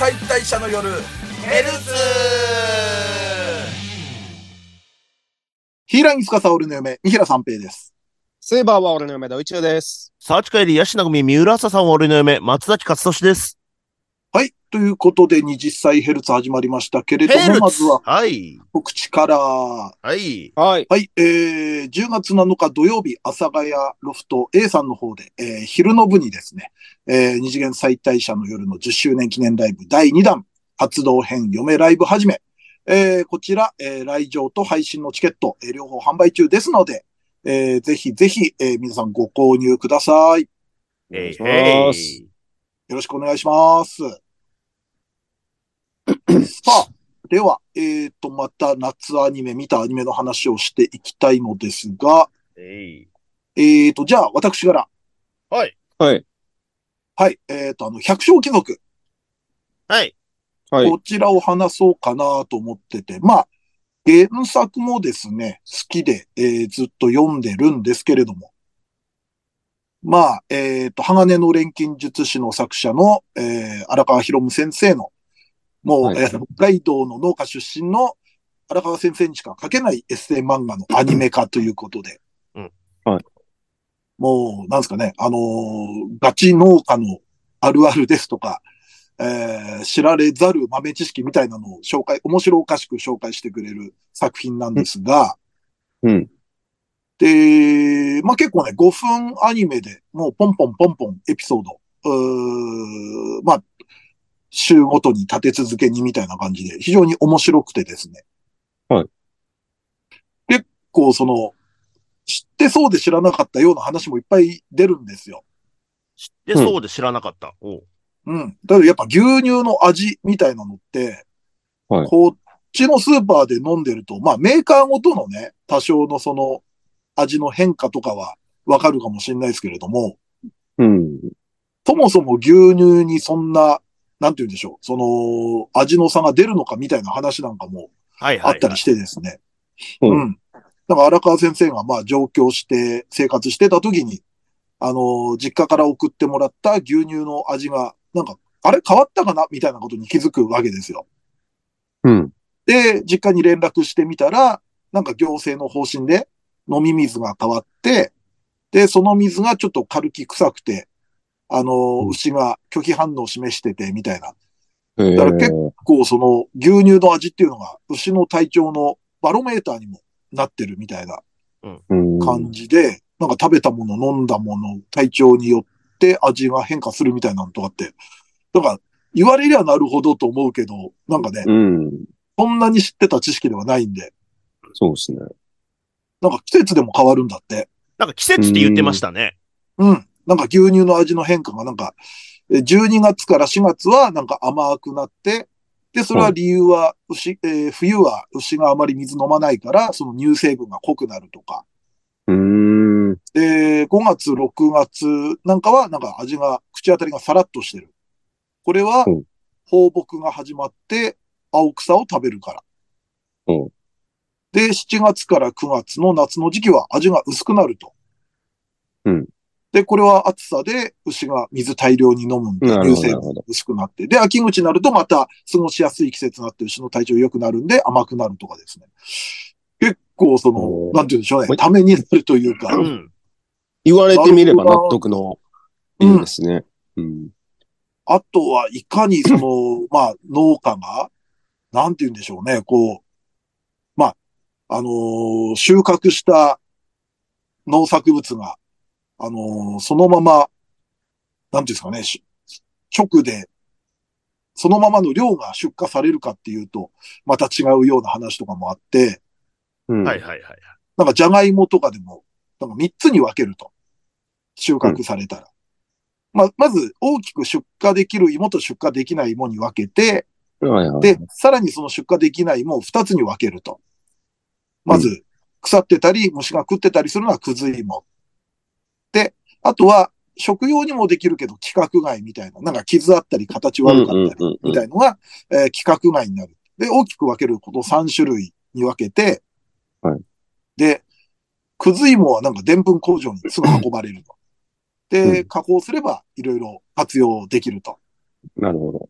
解体者の夜ヘルツヒーラインスカサオルの嫁、三平三平です。 セイバーは俺の嫁だ、宇宙です。 サーチ会でヤシナ組三浦朝さんは俺の嫁、松崎勝利です。 はい。ということで、20歳ヘルツ始まりましたけれども、まずは、 はい。 告知から。 はい。 はい。 はい。10月7日土曜日、阿佐ヶ谷ロフト A さんの方で、昼の部にですね、二次元再退者の夜の10周年記念ライブ第2弾、発動編嫁ライブ始め。こちら、来場と配信のチケット、両方販売中ですので、ぜひぜひ、皆さんご購入ください。 お願いします。 よろしくお願いします。さあ、では、また夏アニメ、見たアニメの話をしていきたいのですが、じゃあ、私から。 はい。 はい。 はい、百姓貴族。 はい。 はい。 こちらを話そうかなと思ってて、まあ、原作もですね、好きで、ずっと読んでるんですけれども、まあ、鋼の錬金術師の作者の、荒川博夢先生の、もう、 はい北海道の農家出身の荒川先生にしか書けないエッセイ漫画のアニメ化ということで。 うん。 はい。 もう、なんですかね、ガチ農家のあるあるですとか、知られざる豆知識みたいなのを面白おかしく紹介してくれる作品なんですが、 うん。 で、まあ、結構ね、5分アニメでもうポンポンポンポンエピソード、まあ、週ごとに立て続けにみたいな感じで非常に面白くてですね。 はい。 結構知ってそうで知らなかったような話もいっぱい出るんですよ。 知ってそうで知らなかった。 うん。だからやっぱ牛乳の味みたいなのって、 はい。 こっちのスーパーで飲んでると、まあメーカーごとのね、多少の味の変化とかはわかるかもしれないですけれども、 うん。 そもそも牛乳にそんな、なんて言うんでしょう、味の差が出るのかみたいな話なんかもはいはいはい。 あったりしてですね。 う。 うんん。だから荒川先生がまあ上京して生活してた時に、実家から送ってもらった牛乳の味が、なんか、あれ変わったかなみたいなことに気づくわけですよ。 うん。 で、実家に連絡してみたら、なんか行政の方針で飲み水が変わって、で、その水がちょっと軽き臭くて、牛が拒否反応を示してて、みたいな。だから結構牛乳の味っていうのが牛の体調のバロメーターにもなってるみたいな感じで、なんか食べたもの、飲んだもの、体調によって味が変化するみたいなのとかって、なんか言われりゃなるほどと思うけど、なんかね、 うん。 そんなに知ってた知識ではないんで、 そうですね。 なんか季節でも変わるんだって。 なんか季節って言ってましたね。 うん。なんか牛乳の味の変化がなんか、12月から4月はなんか甘くなって、で、それは理由は冬は牛があまり水飲まないから、その乳成分が濃くなるとか。で、5月、6月なんかはなんか味が、口当たりがさらっとしてる。これは放牧が始まって青草を食べるから。で、7月から9月の夏の時期は味が薄くなると。 うん。 で、これは暑さで牛が水大量に飲むんで、乳成分が薄くなって。で、秋口になるとまた過ごしやすい季節になって牛の体調良くなるんで甘くなるとかですね。結構なんて言うんでしょうね、ためになるというか。 うん。 言われてみれば納得のいいですね。 うん。あとはいかにまあ農家が、なんて言うんでしょうね、まあ、収穫した農作物が、そのまま、なんていうんですかね、直で、そのままの量が出荷されるかっていうと、また違うような話とかもあって、 はいはいはい。 なんかじゃがいもとかでも、なんか3つに分けると。収穫されたら。まず大きく出荷できる芋と出荷できない芋に分けて、で、さらにその出荷できない芋を2つに分けると。まず、腐ってたり、虫が食ってたりするのはくず芋。で、あとは、食用にもできるけど規格外みたいな、なんか傷あったり形悪かったりみたいのが、規格外になる。で、大きく分けること3種類に分けて、で、くず芋はなんか澱粉工場にすぐ運ばれると。で、加工すればいろいろ活用できると。 なるほど。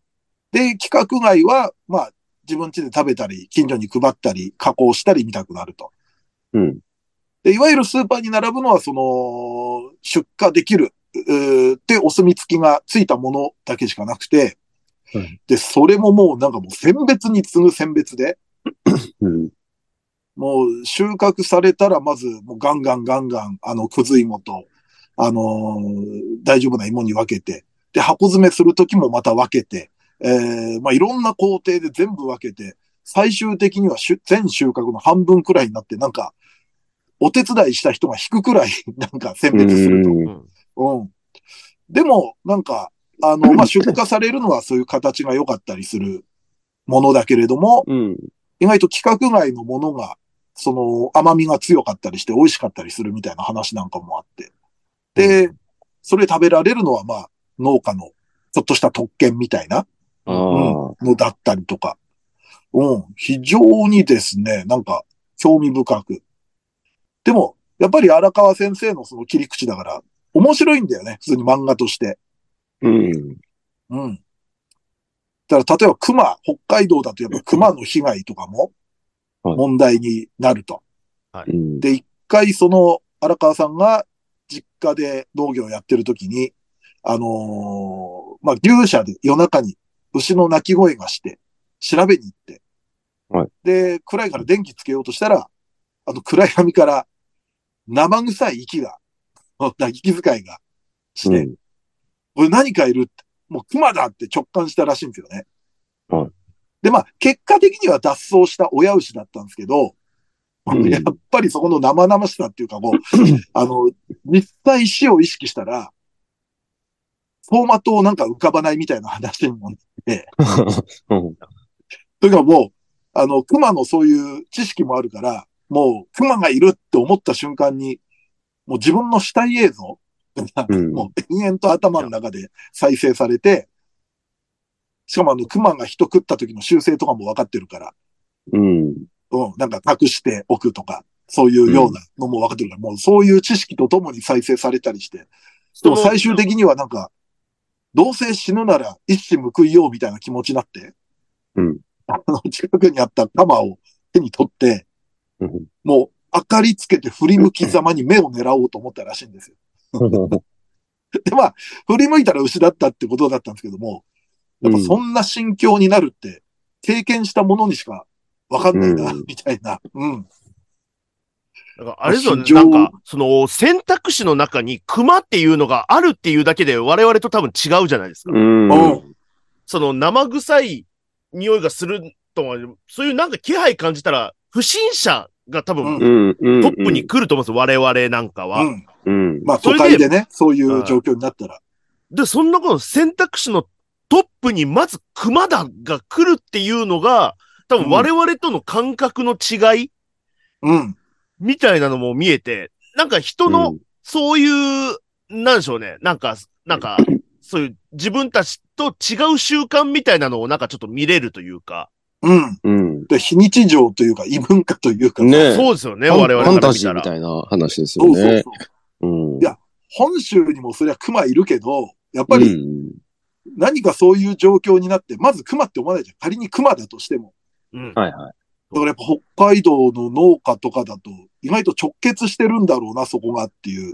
で、規格外は、まあ、自分家で食べたり、近所に配ったり、加工したり見たくなると。 うん。 で、いわゆるスーパーに並ぶのは、その、出荷できる、ってお墨付きがついたものだけしかなくて、 はい、 で、それももうなんかもう選別に次ぐ選別で、 うん、 もう収穫されたらまずもうガンガンガンガン、くず芋と、大丈夫な芋に分けて、で、箱詰めするときもまた分けて、まあ、いろんな工程で全部分けて、最終的には全収穫の半分くらいになって、なんか、お手伝いした人が引くくらい、なんか選別すると。うん。でも、なんか、まあ、出荷されるのはそういう形が良かったりするものだけれども、 うん。 意外と規格外のものが、その甘みが強かったりして美味しかったりするみたいな話なんかもあって。で、それ食べられるのはまあ農家のちょっとした特権みたいな、のだったりとか。非常にですね、なんか興味深く。でも、やっぱり荒川先生のその切り口だから面白いんだよね。普通に漫画として。 うん。 うん。だから例えば北海道だとやっぱ熊の被害とかも問題になると。 はい、 で、一回その荒川さんが実家で農業をやってる時に、まあ、牛舎で夜中に牛の鳴き声がして調べに行って、 はい、 で、暗いから電気つけようとしたら、暗闇から生臭い息が、息遣いがして、これ何かいるって、もう熊だって直感したらしいんですよね。 はい、 で、まあ、結果的には脱走した親牛だったんですけど、やっぱりそこの生々しさっていうか、こう、実際死を意識したら、走馬灯なんか浮かばないみたいな話にもなって、というかもう、熊のそういう知識もあるから、もう熊がいるって思った瞬間に、もう自分の死体映像が、もう延々と頭の中で再生されて、しかも熊が人食った時の習性とかも分かってるから、なんか隠しておくとか、そういうようなのも分かってるから、もうそういう知識とともに再生されたりして、でも最終的にはなんか、どうせ死ぬなら一矢報いようみたいな気持ちになって、近くにあった鎌を手に取って、もう明かりつけて振り向きざまに目を狙おうと思ったらしいんですよ。で、まあ、振り向いたら牛だったってことだったんですけども、やっぱそんな心境になるって、経験したものにしかわかんないな、みたいな。 だからあれですよね、なんか、その選択肢の中に熊っていうのがあるっていうだけで我々と多分違うじゃないですか。その生臭い匂いがするとは、そういうなんか気配感じたら、不審者が多分、トップに来ると思うんですよ、我々なんかは。 まあ都会でね、そういう状況になったら。 で、そんなこと選択肢のトップにまず熊だが来るっていうのが、多分我々との感覚の違い、みたいなのも見えて、なんか人の、そういう、なんでしょうね、なんか、そういう自分たちと違う習慣みたいなのをなんかちょっと見れるというか。 で、非日常というか異文化というか。 ね、 そうですよね、我々から見たら。 ファンタジーみたいな話ですよね。 いや、本州にもそりゃ熊いるけど、やっぱり、何かそういう状況になって、まず熊って思わないじゃん。仮に熊だとしても。 はいはい。 だからやっぱ北海道の農家とかだと、意外と直結してるんだろうな、そこがっていう。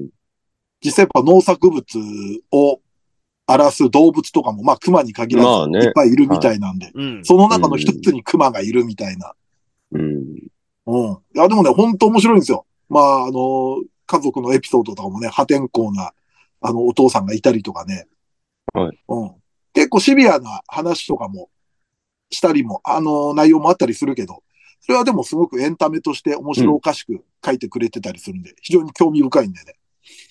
実際やっぱ農作物を荒らす動物とかも、まあ熊に限らずいっぱいいるみたいなんで、その中の一つに熊がいるみたいな。いや、でもね、本当面白いんですよ。まあ、家族のエピソードとかもね、破天荒な、お父さんがいたりとかね。結構シビアな話とかもしたりも、内容もあったりするけど、それはでもすごくエンタメとして面白おかしく書いてくれてたりするんで、非常に興味深いんでね。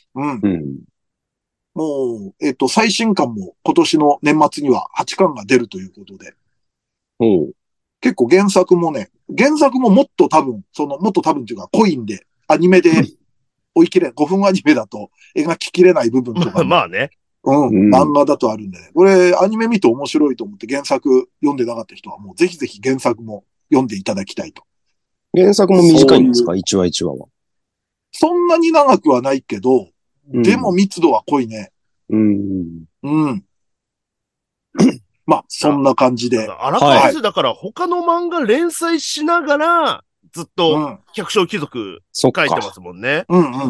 もう、最新刊も今年の年末には8巻が出るということで。結構原作ももっと多分っていうか濃いんで、アニメで追い切れ、5分アニメだと描ききれない部分とか。 まあね。 漫画だとあるんでね。これ、アニメ見て面白いと思って原作読んでなかった人はもうぜひぜひ原作も読んでいただきたいと。 原作も短いんですか？ 1 話1話は。 そんなに長くはないけど、でも密度は濃いね。 まあ、そんな感じで。 荒川先生、だから他の漫画連載しながら、ずっと百姓貴族書いてますもんね。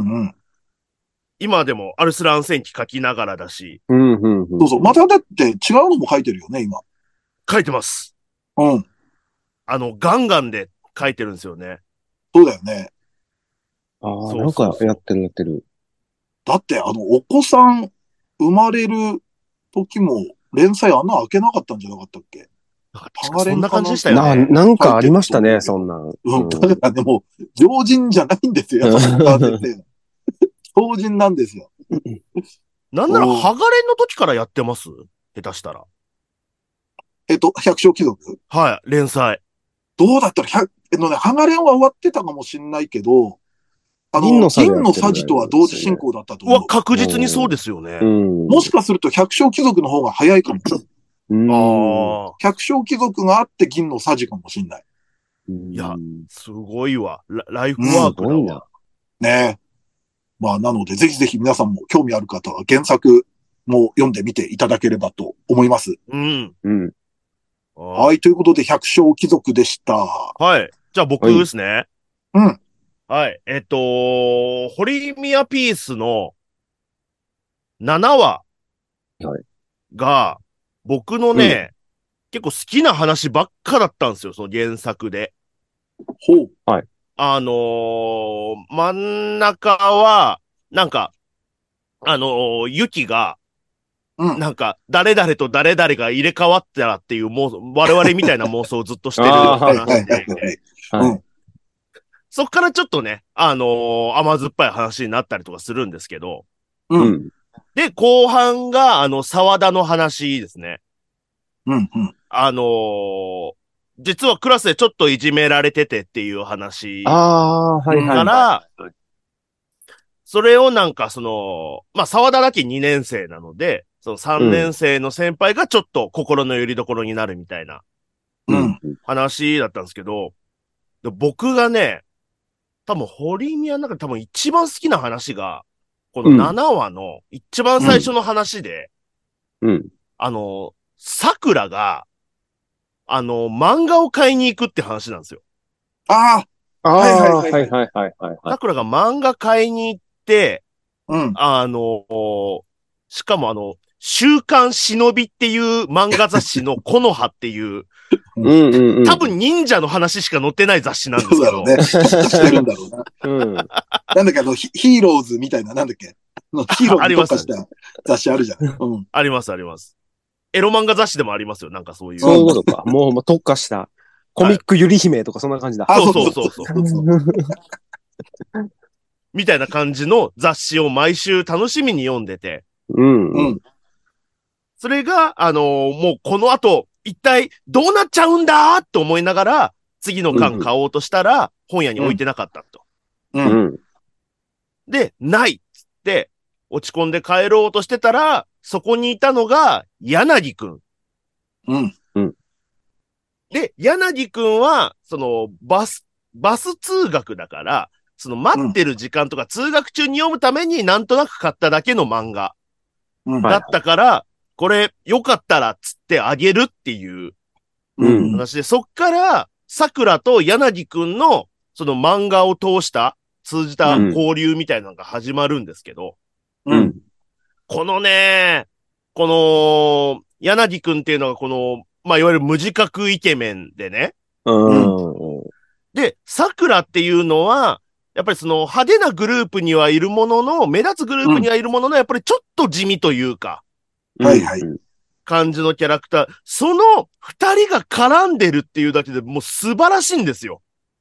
今でもアルスラン戦記書きながらだし。 そうそう。まただって違うのも書いてるよね、今。 書いてます。ガンガンで書いてるんですよね。 そうだよね。 ああ、なんかやってる。 だってお子さん生まれる時も連載穴開けなかったんじゃなかったっけ？ そんな感じでしたよね。 なんかありましたね、そんな。 だからでも、常人じゃないんですよ、常人なんですよ。 なんなら、ハガレンの時からやってます下手したら。 百姓貴族？ はい、連載。 どうだったら、ハガレンは終わってたかもしんないけど、銀のさじとは同時進行だったと思う。 確実にそうですよね。 もしかすると百姓貴族の方が早いかもしれない。百姓貴族があって銀のさじかもしんない。 いや、すごいわ。ライフワークだわ。 ねえ。まあ、なので、ぜひぜひ皆さんも興味ある方は原作も読んでみていただければと思います。はい、ということで、百姓貴族でした。 はい。じゃあ僕ですね。はい。堀宮ピースの7話が、僕のね、結構好きな話ばっかだったんですよ、その原作で。 ほう。 はい。 真ん中は、なんか、ユキが、なんか、誰々と誰々が入れ替わったらっていう我々みたいな妄想をずっとしてる話で。そっからちょっとね、甘酸っぱい話になったりとかするんですけど。で、後半が、沢田の話ですね。実はクラスでちょっといじめられててっていう話から、それをなんか沢田だけ2年生なので、その3年生の先輩がちょっと心の拠り所になるみたいな、話だったんですけど、僕がね、多分堀宮の中で多分一番好きな話が、この7話の一番最初の話で、桜が、漫画を買いに行くって話なんですよ。桜が漫画買いに行って、しかも週刊忍びっていう漫画雑誌の木の葉っていう、多分忍者の話しか載ってない雑誌なんですけど。 そうだろうね。してるんだろうな。なんだっけ、ヒーローズみたいな、なんだっけ。ヒーローに特化した雑誌あるじゃん。 あります。エロ漫画雑誌でもありますよ、なんかそういう。 そういうことか。もう特化した。コミックゆり姫とかそんな感じだ。 そう。みたいな感じの雑誌を毎週楽しみに読んでて。それが、もうこの後、一体どうなっちゃうんだと思いながら、次の巻買おうとしたら、本屋に置いてなかったと。で、ないっつって、落ち込んで帰ろうとしてたら、そこにいたのが、柳くん。で、柳くんは、バス通学だから、待ってる時間とか通学中に読むためになんとなく買っただけの漫画。だったから、これよかったらつってあげるっていう話で、そっから桜と柳くんのその漫画を通通じた交流みたいなのが始まるんですけど、このね、柳くんっていうのがいわゆる無自覚イケメンでね。で、桜っていうのは、やっぱり派手なグループにはいるものの、目立つグループにはいるものの、やっぱりちょっと地味というか、感じのキャラクター。その二人が絡んでるっていうだけでもう素晴らしいんですよ。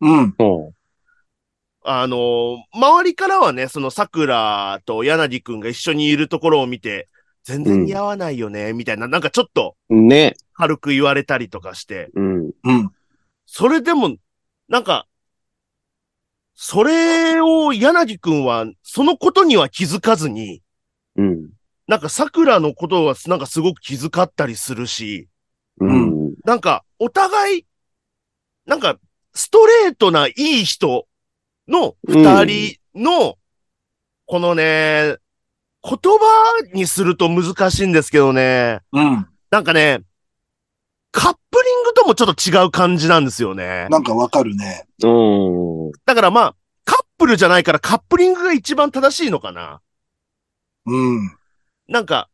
周りからはね、桜と柳くんが一緒にいるところを見て、全然似合わないよね、みたいな、なんかちょっと、軽く言われたりとかして。それでも、なんか、それを柳くんは、そのことには気づかずに、なんか桜のことはなんかすごく気遣ったりするし、なんかお互い、なんかストレートないい人の二人の、このね、言葉にすると難しいんですけどね、なんかね、 カップリングともちょっと違う感じなんですよね。 なんかわかるね。 だからまあ、カップルじゃないからカップリングが一番正しいのかな。 うん。 なんか、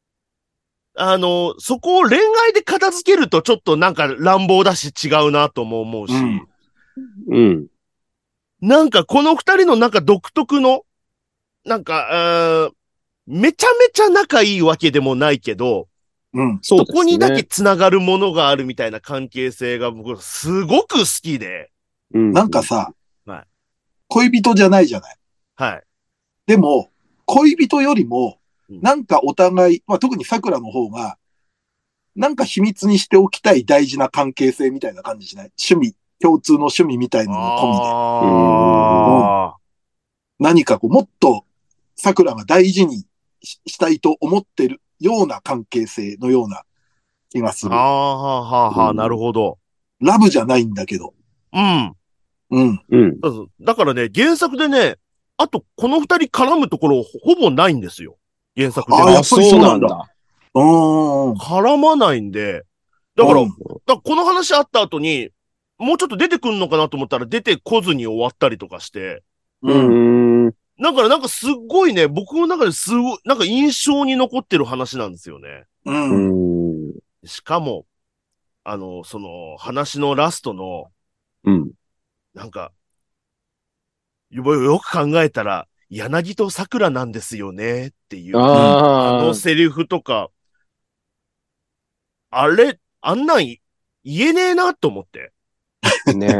そこを恋愛で片付けるとちょっとなんか乱暴だし違うなとも思うし。 うん。 なんかこの二人のなんか独特の、なんか、めちゃめちゃ仲いいわけでもないけど、 うん。 そこにだけ繋がるものがあるみたいな関係性が僕すごく好きで。 なんかさ、 はい、 恋人じゃないじゃない。 はい。 でも、恋人よりも、なんかお互い、まあ、特に桜の方が、なんか秘密にしておきたい大事な関係性みたいな感じしない？趣味、共通の趣味みたいなのも込みで。何かこう、もっと桜が大事にしたいと思ってるような関係性のような気がする。 なるほど。 ラブじゃないんだけど。 うん。 うん。 だからね、原作でね、あとこの二人絡むところほぼないんですよ。原作で。 あ、やっぱりそうなんだ。 絡まないんで。だから、この話あった後に、もうちょっと出てくんのかなと思ったら出てこずに終わったりとかして。だからなんかすっごいね、僕の中ですごい、なんか印象に残ってる話なんですよね。しかも、その話のラストの、なんか、よく考えたら、柳と桜なんですよねっていう、セリフとか、あんなん言えねえなと思って。 ね。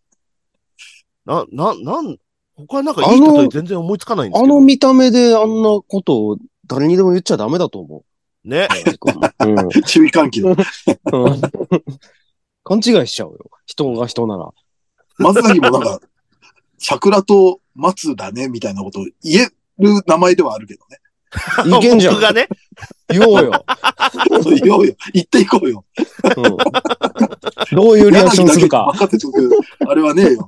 他なんかいい例え全然思いつかないんですけど。 見た目であんなことを誰にでも言っちゃダメだと思う。ね。 注意喚起の。 勘違いしちゃうよ。人が人なら。 松崎もなんか、桜と松だね、みたいなことを言える名前ではあるけどね。 いけんじゃん。 僕がね。 言おうよ。 言おうよ。言っていこうよ。 どういうリアクションするか。 任せとく。あれはねえよ。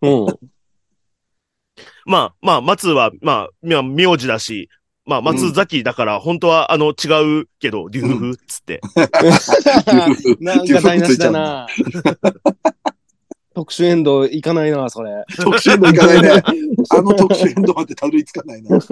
まあ、松は、名字だし、松崎だから、本当は、違うけど、デュフフつって。 なんか台無しだな。特殊エンドいかないな、それ。 特殊エンドいかないね。特殊エンドまでたどり着かないな。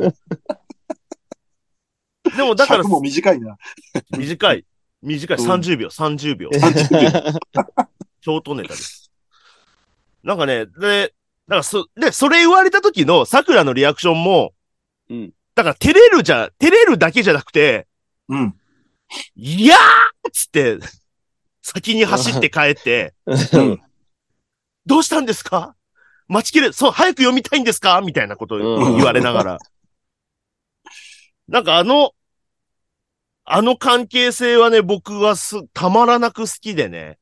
でも、だから。 尺も短いな。 短い。30秒。30秒。ショートネタです。なんかね、それ言われた時の桜のリアクションも、だから照れるだけじゃなくて、いやーっつって、先に走って帰って、どうしたんですか？待ちきれ、早く読みたいんですか？みたいなことを言われながら。なんかあの関係性はね、僕はたまらなく好きでね。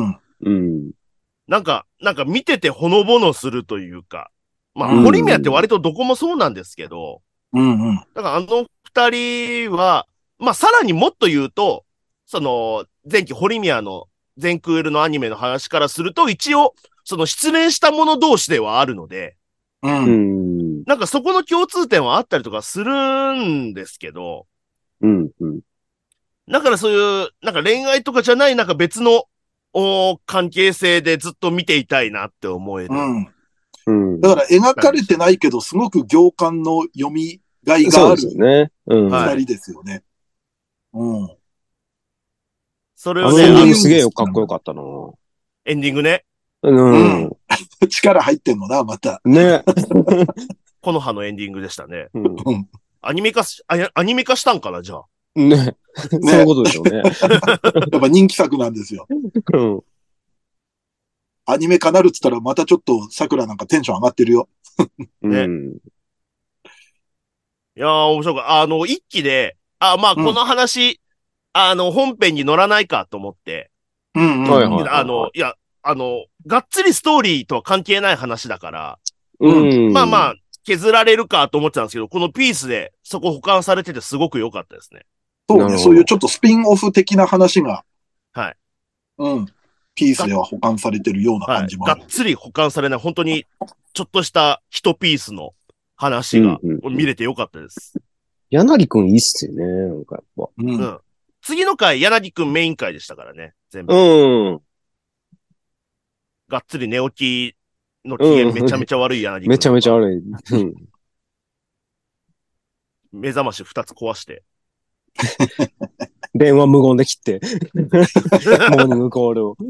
なんか見ててほのぼのするというか。堀宮って割とどこもそうなんですけど。だから二人は、さらにもっと言うと、その、前期堀宮の全クールのアニメの話からすると、一応、その失恋した者同士ではあるので、なんかそこの共通点はあったりとかするんですけど、だからそういう、なんか恋愛とかじゃない、なんか別の、関係性でずっと見ていたいなって思える。 だから描かれてないけど、すごく行間の読みがいがある二人ですよね。 それをね、 エンディングすげえかっこよかったな。 エンディングね。 力入ってんのな、また。 ね。 この葉のエンディングでしたね。アニメ化したんかな、じゃあ。 ね。そういうことでしょうね。 やっぱ人気作なんですよ。アニメ化なるっつったらまたちょっと桜なんかテンション上がってるよ。 ね。いやー、面白かった。一期で、この話、本編に乗らないかと思って。いや、がっつりストーリーとは関係ない話だから、削られるかと思ってたんですけど、このピースでそこ保管されててすごく良かったですね。 そうね、そういうちょっとスピンオフ的な話が、 はい。 ピースでは保管されてるような感じもある。 がっつり保管されない、本当に、ちょっとした一ピースの話が見れて良かったです。 柳くんいいっすよね、なんかやっぱ。 次の回、柳くんメイン回でしたからね。全部。 うん。 がっつり寝起きの機嫌めちゃめちゃ悪い柳くん。 めちゃめちゃ悪い。うん。 目覚まし2つ壊して。 電話無言で切って。モーニングコールを。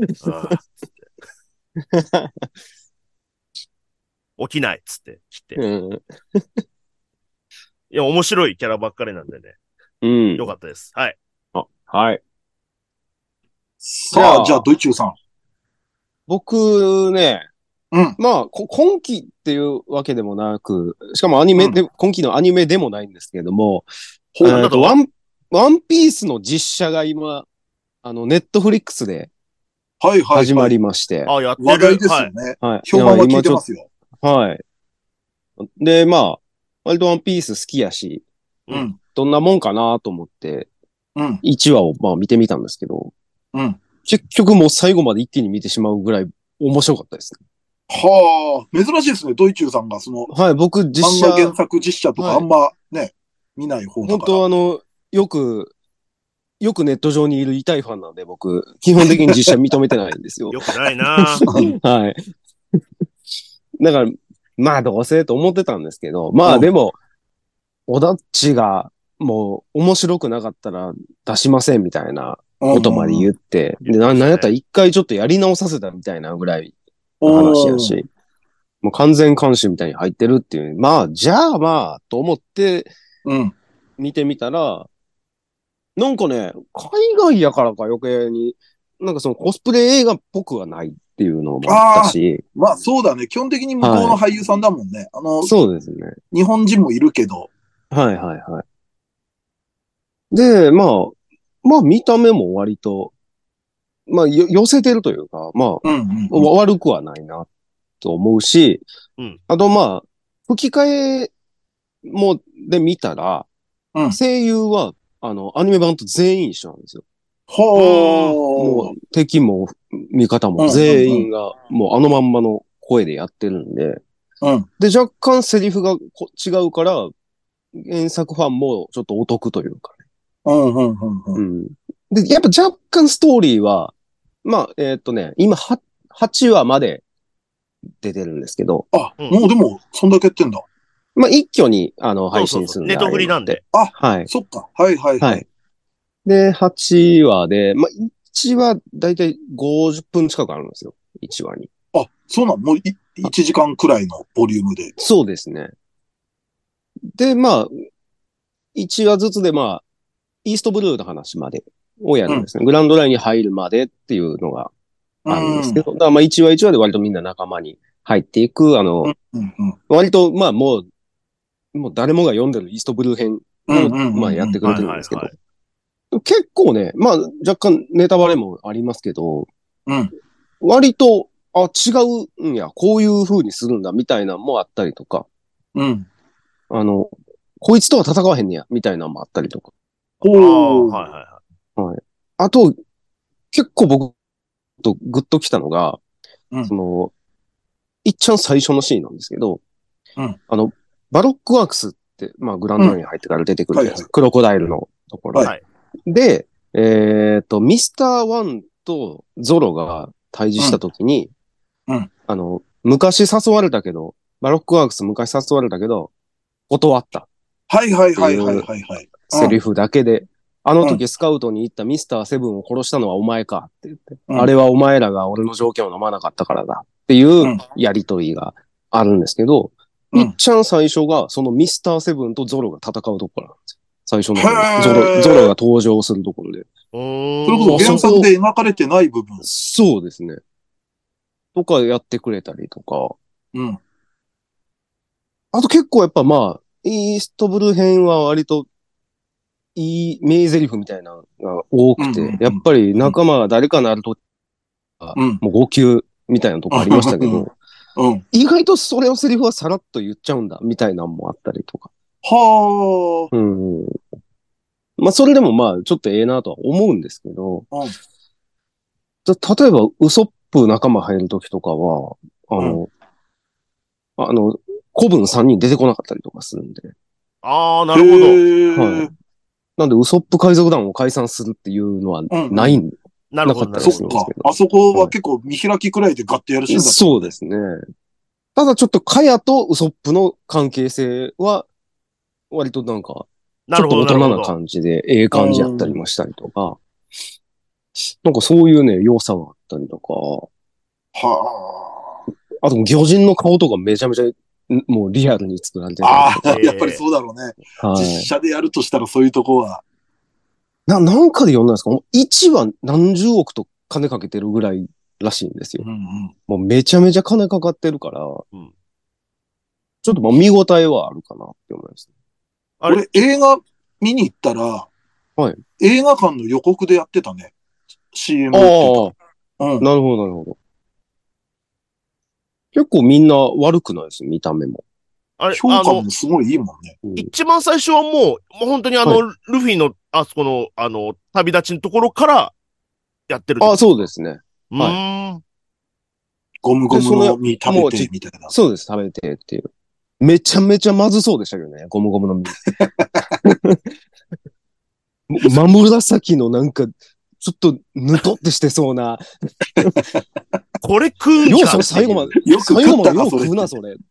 起きないっつって切って。 うん。 いや、面白いキャラばっかりなんでね。 うん。 よかったです。はい。 あ、はい。 さあ、じゃあ、ドイチューさん。 僕ね、 うん。 まあ、今期っていうわけでもなく、しかもアニメで、今期のアニメでもないんですけれども、ワンピースの実写が今、ネットフリックスで始まりまして。 あ、やってる。 話題ですよね。 はい。 評判は聞いてますよ。 はい。で、まあ、割とワンピース好きやし、 うん。 どんなもんかなと思って、 うん。 1話をまあ見てみたんですけど、 うん。 結局もう最後まで一気に見てしまうぐらい面白かったですね。 はあ、珍しいですね、ドイチューさんが、 はい、僕実写。漫画原作実写とかあんまね、見ない方だから。 本当よくネット上にいる痛いファンなんで、僕、基本的に実写認めてないんですよ。 よくないなはい。だから、まあどうせと思ってたんですけど、まあでも、オダッチがもう面白くなかったら出しませんみたいなことまで言って、で、なんやったら一回ちょっとやり直させたみたいなぐらいの話やし、もう完全監視みたいに入ってるっていう、まあ、じゃあまあ、と思って、見てみたら、なんかね、海外やからか余計に、なんかそのコスプレ映画っぽくはないっていうのもあったし。 まあそうだね。基本的に向こうの俳優さんだもんね。 そうですね。 日本人もいるけど。 はいはいはい。で、まあ見た目も割と、まあ寄せてるというか、まあ、悪くはないなと思うし、あとまあ、吹き替えもで見たら、声優は、アニメ版と全員一緒なんですよ。もう敵も味方も全員がもうあのまんまの声でやってるんで、で、若干セリフが違うから、原作ファンもちょっとお得というかね。で、やっぱ若干ストーリーは、まあ、今8話まで出てるんですけど。 あ、もうでも、そんだけやってんだ。 まあ、一挙に、配信するんで。 ネットフリなんで。 あ、はい。そっか。はいはいはい。 で、8話で、まあ、1話だいたい50分近くあるんですよ。1話に。 あ、そうなの？もう1時間くらいのボリュームで。 そうですね。で、まあ、1話ずつでまあ、イーストブルーの話までをやるんですね。グランドラインに入るまでっていうのがあるんですけど、だからまあ1話1話で割とみんな仲間に入っていく、割とまあもう誰もが読んでるイーストブルー編をまあやってくれてるんですけど、結構ね、まあ若干ネタバレもありますけど、割と、あ、違うんや、こういう風にするんだみたいなのもあったりとか、こいつとは戦わへんねや、みたいなのもあったりとか。あと、結構僕とグッときたのが、いっちゃん最初のシーンなんですけど、バロックワークスって、まあ、グランドラインに入ってから出てくるじゃないですか。クロコダイルのところ。で、ミスター・ワンとゾロが対峙したときに、昔誘われたけど、バロックワークス昔誘われたけど、断った。 はいはいはいはいはい。 セリフだけで、あの時スカウトに行ったミスター・セブンを殺したのはお前かって言って、あれはお前らが俺の条件を飲まなかったからだっていうやりとりがあるんですけど、いっちゃん最初がそのミスター・セブンとゾロが戦うところなんですよ。最初のゾロが登場するところで。 それこそ原作で描かれてない部分。 そうですね。とかやってくれたりとか。あと結構やっぱまあ、イーストブルー編は割といい名台詞みたいなのが多くて、やっぱり仲間が誰かなると、もう号泣みたいなとこありましたけど、意外とそれをセリフはさらっと言っちゃうんだ、みたいなのもあったりとか。 はあ。まあそれでもまあちょっとええなとは思うんですけど、例えばウソップ仲間入るときとかは、古文3人出てこなかったりとかするんで。 ああ、なるほど。 はい。 なんで、ウソップ海賊団を解散するっていうのはないん、 なるほど。 なかったりするんですけど。 あそこは結構見開きくらいでガッてやるシーンだった、ね。 そうですね。ただちょっとカヤとウソップの関係性は、割となんか、ちょっと大人な感じで、ええ感じやったりもしたりとか、なんかそういうね、良さがあったりとか、 はあ。あと、魚人の顔とかめちゃめちゃ、もうリアルに作られてる。 ああ、やっぱりそうだろうね。実写でやるとしたらそういうとこは。 なんかで読んだんですか？ 1 は何十億と金かけてるぐらいらしいんですよ。もうめちゃめちゃ金かかってるから、ちょっとまあ見応えはあるかなって思います。 俺映画見に行ったら、映画館の予告でやってたね。CM やってた。 なるほど、なるほど。結構みんな悪くないですよ、見た目も。 評価もすごいいいもんね。 一番最初はもう本当にルフィの、あそこの、旅立ちのところからやってる。 そうですね。 はい。ゴムゴムの実食べて、みたいな。 そうです、食べてっていう。めちゃめちゃまずそうでしたけどね、ゴムゴムの実。真紫のなんか、ちょっとぬとってしてそうな。 これ食うんじゃん。最後まで、最後までよく食うな、それって。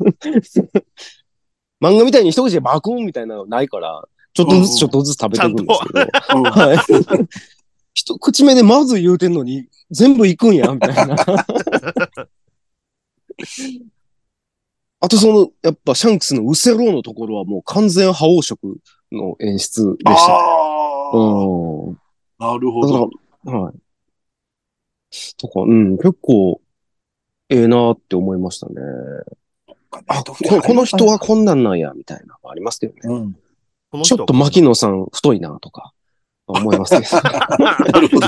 漫画みたいに一口でバクンみたいなのないから、ちょっとずつちょっとずつ食べていくんですけど。はい。一口目でまず言うてんのに、全部いくんや、みたいな。あとやっぱシャンクスのウセローのところはもう完全覇王色の演出でした。 なるほど。 はい。とか、結構、ええなーって思いましたね。この人はこんなんなんや、みたいなのがありますけどね。ちょっと牧野さん太いな、とか、思いますけど。なるほど。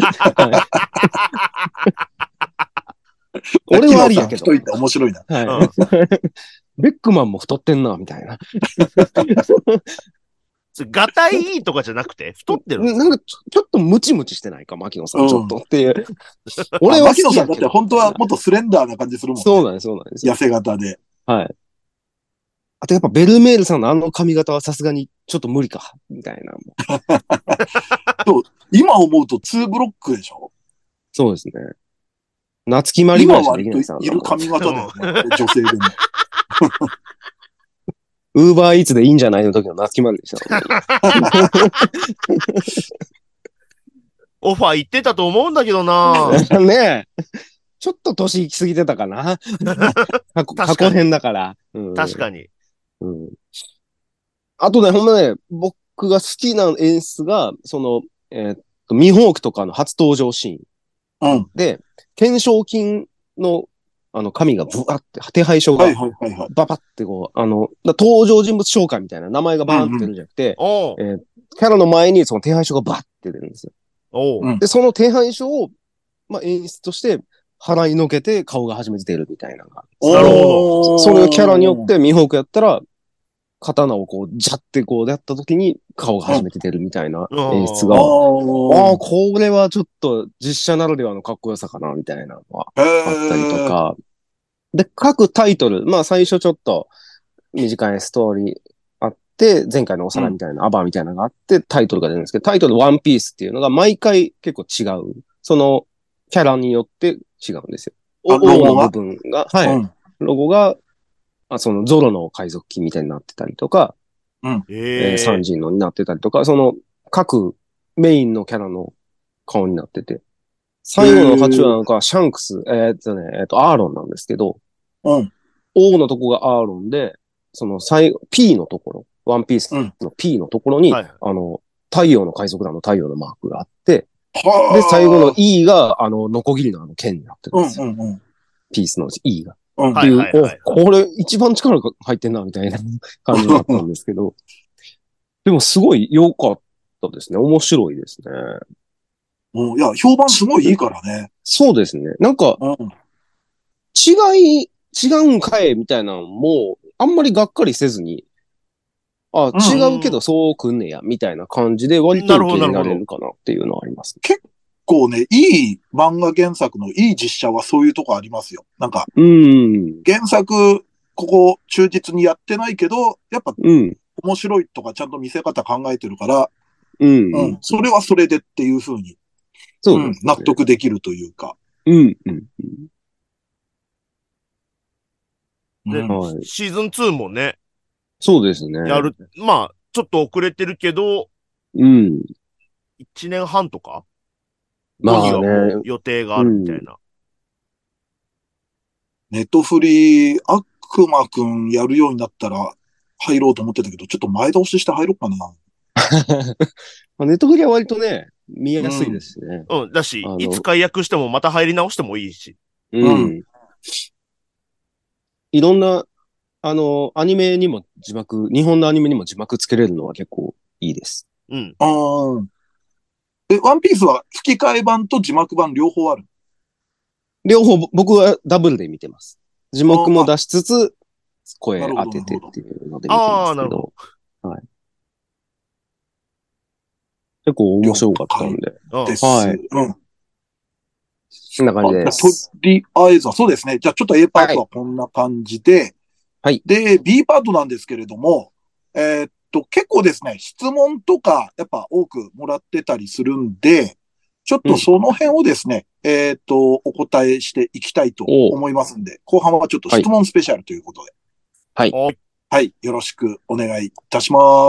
俺はありやけど。 太いって面白いな。 はい。ベックマンも太ってんな、みたいな。 ガタイいいとかじゃなくて、太ってるなんかちょっとムチムチしてないか、牧野さん、ちょっとっていう。 俺は牧野さんだって本当はもっとスレンダーな感じするもんね。 そうなんです、そうなんです。 痩せ型で。 はい。あとやっぱベルメールさんのあの髪型はさすがにちょっと無理か、みたいな。 そう、今思うと2ブロックでしょ？ そうですね。夏木マリぐらいしかできないさ。今割といる髪型だよね、女性でも。 ウーバーイーツでいいんじゃないの時の夏木マリでした、ね。 オファー行ってたと思うんだけどなねえ。ちょっと年行き過ぎてたかな。過去編だから。 確かに。 あとね、ほんまね、僕が好きな演出が、ミホークとかの初登場シーン。で、懸賞金の、紙がブワって、手配書が、ババってこう、登場人物紹介みたいな名前がバーンって出るんじゃなくて、キャラの前にその手配書がバッって出るんですよ。で、その手配書を、まあ、演出として払いのけて顔が初めて出るみたいなのが。 なるほど。 それをキャラによってミホークやったら、刀をこう、ジャってこうやった時に顔が初めて出るみたいな演出が、これはちょっと実写ならではのかっこよさかな、みたいなのがあったりとか。で、各タイトル、まあ最初ちょっと短いストーリーあって、前回のお皿みたいな、アバーみたいなのがあって、タイトルが出るんですけど、タイトルワンピースっていうのが毎回結構違う。そのキャラによって違うんですよ。 ロゴの部分が、はい。ロゴが、そのゾロの海賊機みたいになってたりとか、サンジンのになってたりとか、その各メインのキャラの顔になってて、最後の8話がシャンクス、アーロンなんですけど、O のとこがアーロンで、そのP のところ、ワンピースの P のところに、太陽の海賊団の太陽のマークがあって、で、最後の E が、ノコギリの剣になってるんですよ。ピースの E が。っていう、これ一番力が入ってんな、みたいな感じだったんですけど。でもすごい良かったですね。面白いですね。 いや、評判すごいいいからね。 そうですね。なんか、違うんかいみたいなのも、あんまりがっかりせずに、違うけどそうくんねや、みたいな感じで割と受け入れられるかなっていうのはあります、ね。 結構ね、いい漫画原作のいい実写はそういうとこありますよ。なんか、原作、ここ忠実にやってないけど、やっぱ、 面白いとかちゃんと見せ方考えてるから、 うん。 うん。それはそれでっていうふうに、 そうですね。 納得できるというか。 うん。うん。 で、 はい。 シーズン2もね、 そうですね。 やる。まあ、ちょっと遅れてるけど、 うん。 1年半とか後にまあね。 はもう予定があうん。 るみたいな。 ネットフリー、悪魔くんやるようになったら入ろうと思ってたけど、ちょっと前倒しして入ろうかな。 まあネットフリは割とね、見やすいでうん。 すしね。 うん。だし、いつあの、 解約してもまた入り直してもいいし。 ううん。 ん。いろんな、アニメにも字幕、日本のアニメにも字幕つけれるのは結構いいです。 うん。 ああ。ワンピースは吹き替え版と字幕版両方ある。 両方僕はダブルで見てます。字幕もあ出しつつ、 なるほど、 声当てなるほど。 てっていうので見てまああ、なるほど。 すけど、はい。結構面了白かったん解で。 うん。 です。 はい。 うん。 こんな感じじゃあ、とです。 りあえずは、そうですね。じゃあ、ちょっと A パーはい。 トはこんな感じで、 はい。 で、B パートなんですけれども、結構ですね、質問とか、やっぱ多くもらってたりするんで、ちょっうん。 とその辺をですね、お答えしていきたいとお思いますんで、後半はちょっとはい。 質問スペシャルということで、 はい。 はい。 はい、よろしくお願いいたします。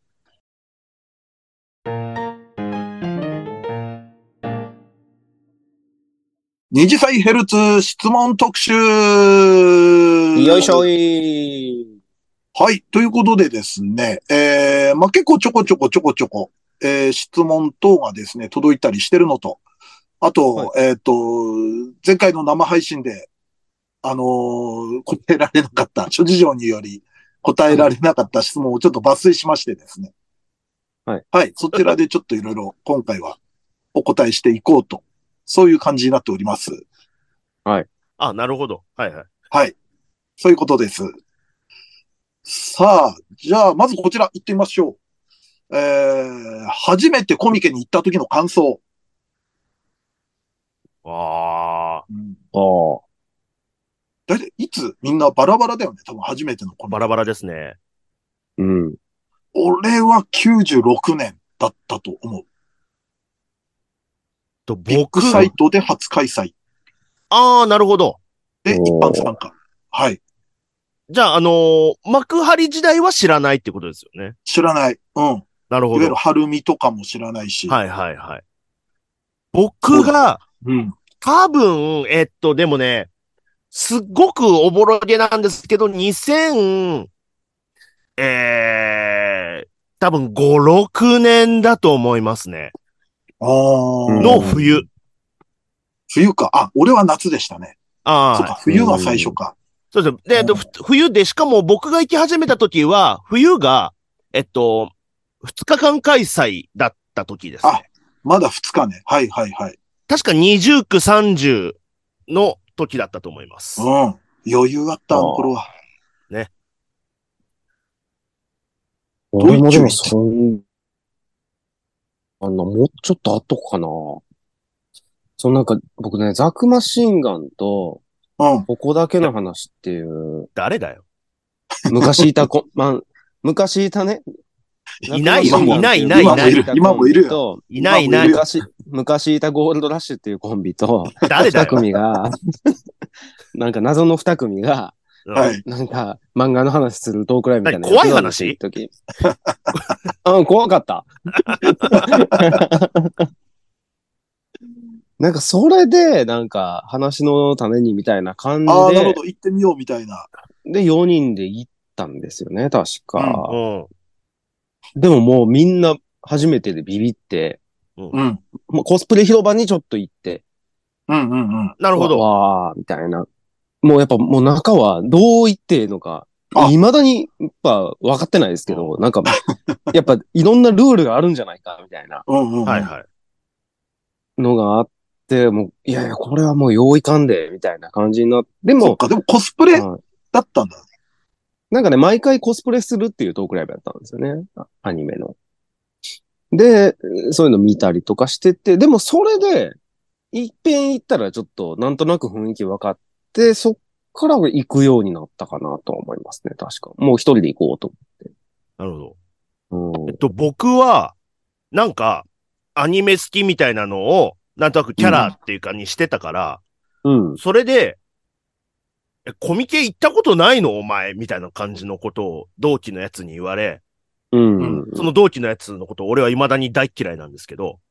二次歳ヘルツ質問特集。 よいしょい。 はい。ということでですね、まあ、結構ちょこちょこ、質問等がですね、届いたりしてるのと、あと、 はい。 前回の生配信で、答えられなかった、諸事情により答えられなかった質問をちょっと抜粋しましてですね。 はい。 はい。そちらでちょっといろいろ今回はお答えしていこうと、そういう感じになっております。 はい。 あ、なるほど。はいはい。 はい。そういうことです。さあ、じゃあ、まずこちら行ってみましょう。初めてコミケに行った時の感想。 ああ、 うん。 ああ。 だいたいいつみんなバラバラだよね。多分初めてのコミケって。 バラバラですね。 うん。 俺は96年だったと思う。ビッグサ僕、 イトで初開催ああ、なるほど。 で一般参おー。 加。はい。 じゃあ、幕張時代は知らないってことですよね。 知らない。うん。いわゆるなるほど。 春見とかも知らないし。 はいはいはい。 そうだね。 僕が、 うん。 多分、でもね、すっごくおぼろげなんですけど、2000、多分5、6年だと思いますね。 あうのー。 冬。 ん。 冬か。あ、俺は夏でしたね。 ああ、 そうか、 う冬が最初ん。 か。 そうです。で、 うん。 冬で、しかも僕が行き始めた時は、冬が、2日間開催だった時ですあ、 ね。 まだ2日ね。はいはいはい。 確か20区30の時だったと思いまうす。 ん。余裕あった、あの頃は。 ああ。 ね。 ドイ俺もでもツ行ってもうちょっと後かな。なんか、僕ね、ザクマシンガンと、 うん。 ここだけだの話っていう、 誰だよ。 昔いた昔いたね、ザクマいないよ。 今も、 シンガンっていう今もいる、 昔いたコン今もいるよ。 ビと、 いな今もいるよ。 いいない。 昔いたゴールドラッシュっていうコンビと、二誰だよ。 組が、なんか謎の二組が、 うん。 はい。 なんか漫画の話するトークライブみたいなのやっ怖いてたんですよ、一話時。うん、怖かった。なんかそれで、なんか話の種にみたいな感じああ、なるほで、 ど。行ってみようみたいな。 で、4人で行ったんですよね、確うん。 うか。 ん。 でももうみんな初めてでビビって、 うん。 うん。 もうコスプレ広場にちょっと行って、 うん。うん。うん。 なるほど。 わー、みたいな。もうやっぱもう中はどう言っていいのか、 あ、 未だにやっぱ分かってないですけど、 うん。 なんか、やっぱいろんなルールがあるんじゃないか、みたいなうん。うん。うん。 はいはい。 のがあって、もう、いやいや、これはもう用意かんで、みたいな感じになって、でも、 そっか。でもコスプレはいだったんだ。 なんかね、毎回コスプレするっていうトークライブやったんですよね。アニメの。で、そういうの見たりとかしてて、でもそれで、一遍行ったらちょっとなんとなく雰囲気分かって、そっから行くようになったかなと思いますね、確か。もう一人で行こうと思って。 なるほうん。 ど。僕は、なんか、アニメ好きみたいなのを、なんとなくキャラっていうかにしてたから、 うん。 それで、コミケ行ったことないのお前みたいな感じのことを同期のやつに言われ、 うん。 その同期のやつのことを俺は未だに大嫌いなんですけど、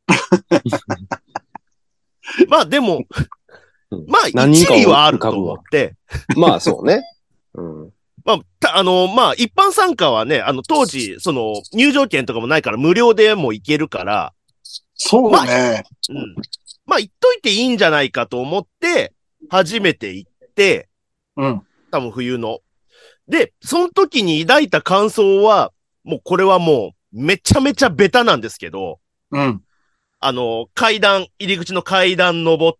まあでも、まあ一理はあると思って、 まあそうね。うん。 まあ一般参加はね、当時、入場券とかもないから無料でも行けるから、 そうね。 うん。まあ、行っといていいんじゃないかと思って、初めて行って、 うん。 多分冬の。で、その時に抱いた感想は、もうこれはもう、めちゃめちゃベタなんですけど、 うん。 入り口の階段登って、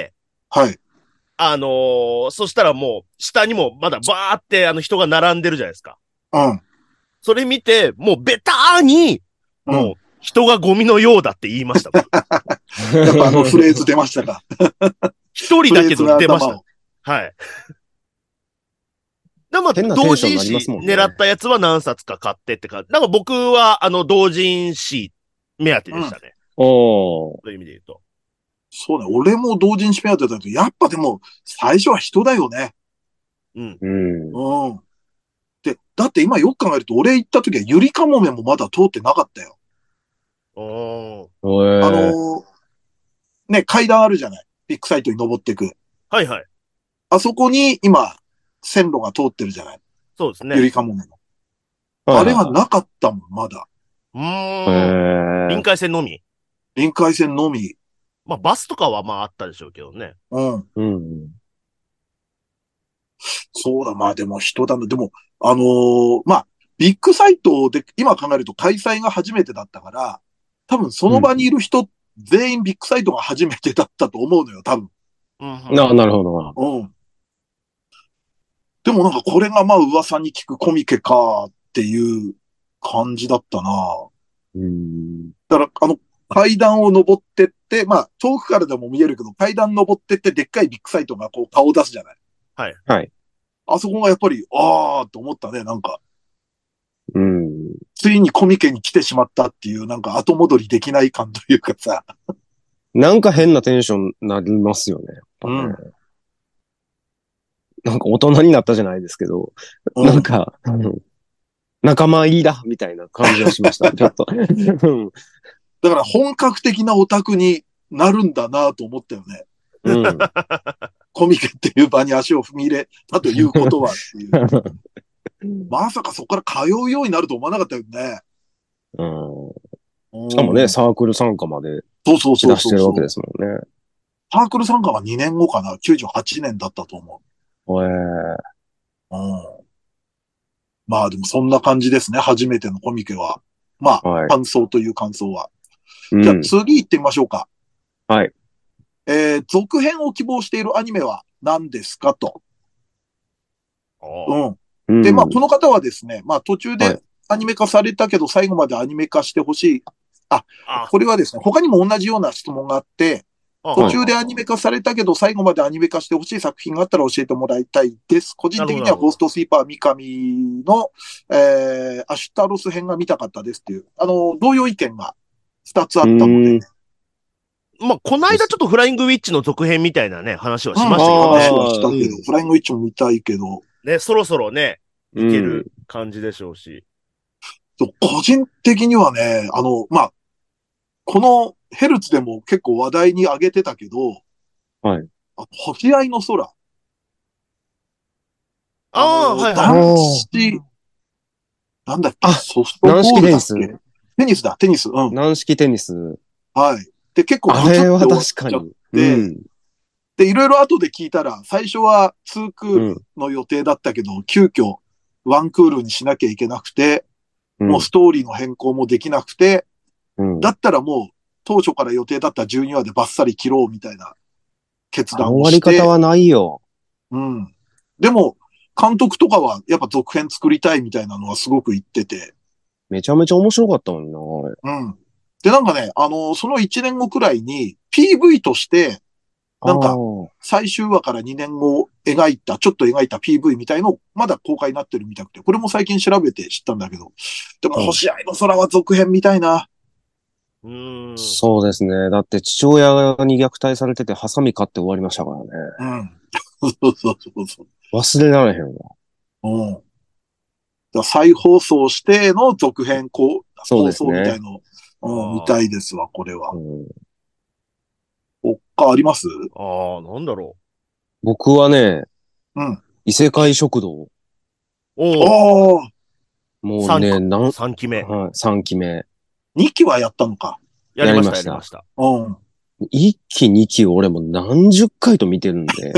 はい。 そしたらもう、下にもまだバーって人が並んでるじゃないですか。 うん。 それ見て、もうベターに、 うん。 もう、人がゴミのようだって言いました。 やっぱフレーズ出ましたか。 一人だけど出ました。はい。まあ、同人誌狙ったやつは何冊か買ってってか、なんか僕は同人誌目当てでしたね。そういう意味で言うと。 そうね。俺も同人誌目当てだけど、やっぱでも、最初は人だよね。 うん。 うん。で、だって今よく考えると、俺行った時はゆりかもめもまだ通ってなかったよ。ね、階段あるじゃない。ビッグサイトに登っていく。 はいはい。 あそこに今、線路が通ってるじゃない。 そうですね。 ゆりかもめの。あれがなかったもん、まだ。 臨海線のみ。 臨海線のみ。 まあ、バスとかはまああったでしょうけどね。 うん。そうだ、まあでも人だな。でも、まあ、ビッグサイトで今考えると開催が初めてだったから、多分その場にいる人、全員ビッグサイトが初めてだったと思うのよ、多分。 なるほど。 うん。でもなんかこれがまあ噂に聞くコミケかっていう感じだったな。だから階段を登ってって、まあ遠くからでも見えるけど、階段登ってってでっかいビッグサイトがこう顔を出すじゃない。 はい。 はい。 あそこがやっぱり、あーと思ったね、なんか。 うん。 ついにコミケに来てしまったっていう、なんか後戻りできない感というかさ。 なんか変なテンションになりますよね。なんか大人になったじゃないですけど、なんか、仲間入りだみたいな感じがしました、ちょっと。 だから本格的なオタクになるんだなと思ったよね。コミケっていう場に足を踏み入れたということはっていう。まさかそこから通うようになると思わなかったよね。 しかもね、サークル参加まで出してるわけですもんね。 サークル参加は2年後かな。98年だったと思う。まあでもそんな感じですね。初めてのコミケは。まあ、感想という感想は。じゃあ次行ってみましょうか。 はい。 続編を希望しているアニメは何ですかと。で、まあこの方はですね、まあ途中でアニメ化されたけど最後までアニメ化してほしい。これはですね、他にも同じような質問があって、途中でアニメ化されたけど、最後までアニメ化してほしい作品があったら教えてもらいたいです。個人的にはゴーストスイーパー三上の、アシュタロス編が見たかったですっていう、同様意見が2つあったので。 まあ、この間ちょっとフライングウィッチの続編みたいなね、話はしましたけどね。 話はしたけど、フライングウィッチも見たいけど。 ね、そろそろね、いける感じでしょうし。 個人的にはね、まあ、このヘルツでも結構話題に上げてたけど、星合いの空。男子、なんだっけ、ソフトボールだっけ。テニスだ、テニス。 軟式テニス。 はい。で、結構あれは確かに。 で、いろいろ後で聞いたら、最初は2クールの予定だったけど、急遽1クールにしなきゃいけなくて、もうストーリーの変更もできなくて、だったらもう当初から予定だった12話でバッサリ切ろうみたいな決断をして。 終わり方はないよ。 でも、監督とかはやっぱ続編作りたいみたいなのはすごく言ってて。 めちゃめちゃ面白かったもんな、あれ。 で、なんかね、その1年後くらいに PV として、なんか、最終話から2年後ちょっと描いた PV みたいの、まだ公開になってるみたくて、これも最近調べて知ったんだけど、でも、星合の空は続編みたいな。 そうですね。だって父親に虐待されてて、ハサミ買って終わりましたからね。 うん。そうそうそうそう。 忘れられへんわ。 うん。再放送しての続編、放送みたいの、見たいですわ、これは。他あります？ なんだろう。僕はね、異世界食堂。 もうね、 3期目。 はい、3期目。 2期はやったのか。 やりました。1期、2期俺も何十回と見てるんで。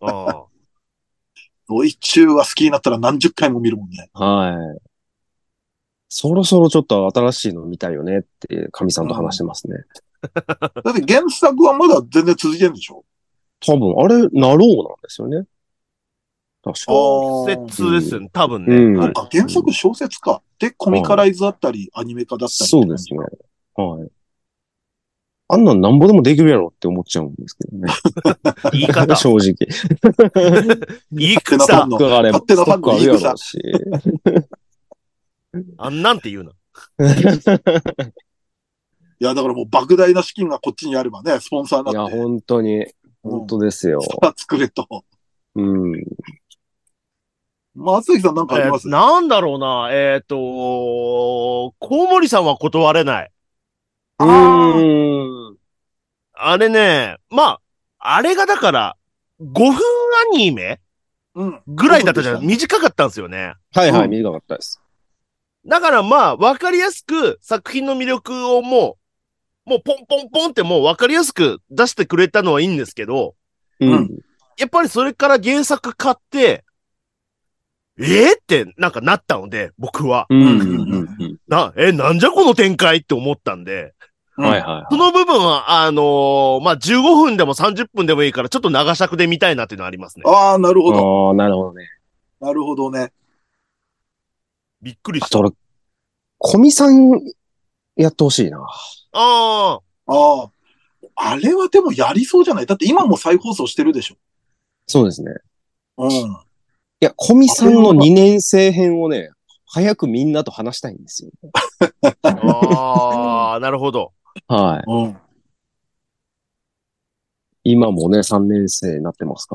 ドイチューは好きになったら何十回も見るもんね。 はい。そろそろちょっと新しいの見たいよねって、神さんと話してますね。 だって原作はまだ全然続いてるんでしょ？ 多分、あれ、なろうなんですよね。 確か小説ですよね、多分ね。 そうか、原作小説か。で、コミカライズだったり、アニメ化だったり。 そうですね。はい。あんなんなんぼでもできるやろって思っちゃうんですけどね。 言い方。 正直。 言い方。勝手なファンの言い草。 あんなんて言うな。 いや、だからもう莫大な資金がこっちにあればね、スポンサーになって。 いや、本当に。本当ですよ。 作れと。松崎さんなんかあります？ なんだろうな。コウモリさんは断れない。あれね、あれがだから、5分アニメぐらいだったじゃん。短かったんですよね。 はいはい、短かったです。 だからわかりやすく作品の魅力をもうポンポンポンってもうわかりやすく出してくれたのはいいんですけど、やっぱりそれから原作買って、ってなんかなったので、僕は。なんじゃこの展開って思ったんで、その部分は、15分でも30分でもいいから、ちょっと長尺で見たいなっていうのはありますね。 なるほど。 なるほどね。 なるほどね。 びっくりした。 小見さん、やってほしいな。 あれはでもやりそうじゃない？だって今も再放送してるでしょ。 そうですね。いや、小見さんの2年生編をね、早くみんなと話したいんですよ。 なるほど。 はい。今もね、3年生になってますから。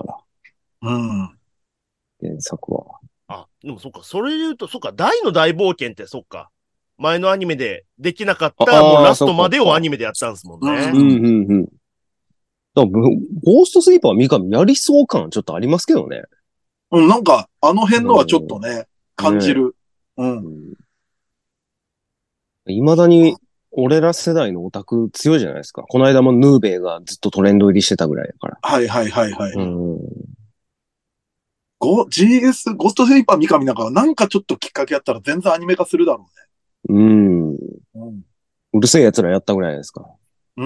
原作は。 でもそっか、それで言うと、そっか、大の大冒険ってそっか。前のアニメでできなかったもうラストまでをアニメでやったんですもんね。 ゴーストスリーパー三上やりそう感ちょっとありますけどね。 なんか、あの辺のはちょっとね、感じる。 未だに、俺ら世代のオタク強いじゃないですか。この間もヌーベイがずっとトレンド入りしてたぐらいだから。 はいはいはいはい。GS、ゴーストスリーパー三上なんかはなんかちょっときっかけあったら全然アニメ化するだろうね。 うるせえ奴らやったぐらいですか。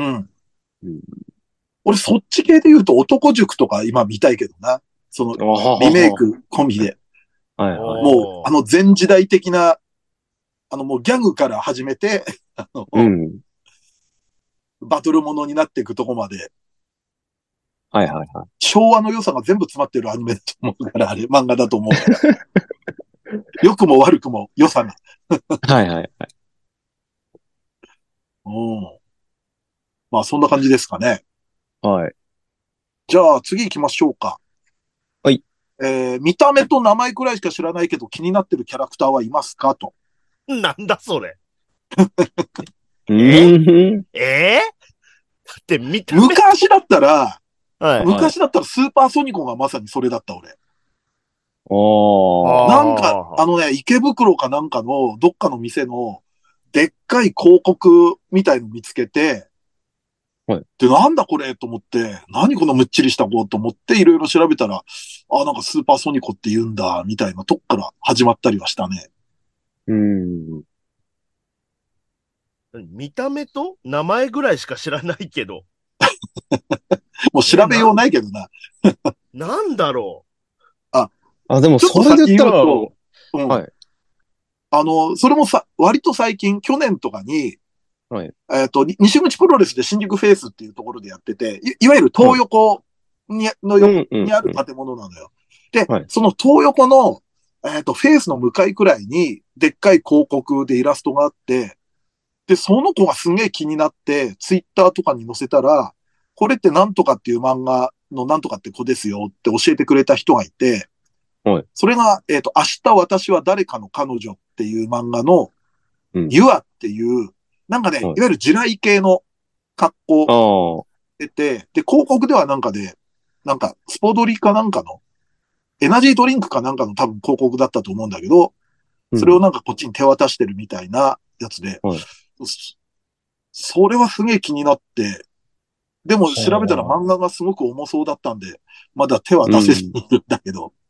俺そっち系で言うと男塾とか今見たいけどな。そのリメイク込みで。もう前時代的な、もうギャグから始めて、バトルものになっていくとこまで。昭和の良さが全部詰まってるアニメだと思うから、あれ、漫画だと思うから。良くも悪くも良さが。まあ、そんな感じですかね。じゃあ、次行きましょうか。見た目と名前くらいしか知らないけど気になってるキャラクターはいますかと。 なんだそれ。って見た目昔だったらスーパーソニコがまさにそれだった俺。なんか、池袋かなんかのどっかの店のでっかい広告みたいの見つけて、で、なんだこれと思って、何このむっちりした子と思っていろいろ調べたら、なんかスーパーソニコって言うんだ、みたいなとこから始まったりはしたね。 見た目と名前ぐらいしか知らないけど。 もう調べようないけどな。 なんだろう。でもそれで言ったら、 それも割と最近、去年とかに、西口プロレスで新宿フェイスっていうところでやってて、いわゆる東横にある建物なのよ。で、その東横の、フェースの向かいくらいに、でっかい広告でイラストがあって、で、その子がすげえ気になって、ツイッターとかに載せたら、これってなんとかっていう漫画のなんとかって子ですよって教えてくれた人がいて、それが、明日私は誰かの彼女っていう漫画の、ユアっていう、なんかね、いわゆる地雷系の格好してて、で、広告ではなんかで、なんか、スポドリかなんかの、エナジードリンクかなんかの多分広告だったと思うんだけど、それをなんかこっちに手渡してるみたいなやつで、それはすげえ気になって、でも調べたら漫画がすごく重そうだったんで、まだ手は出せずにいるんだけど。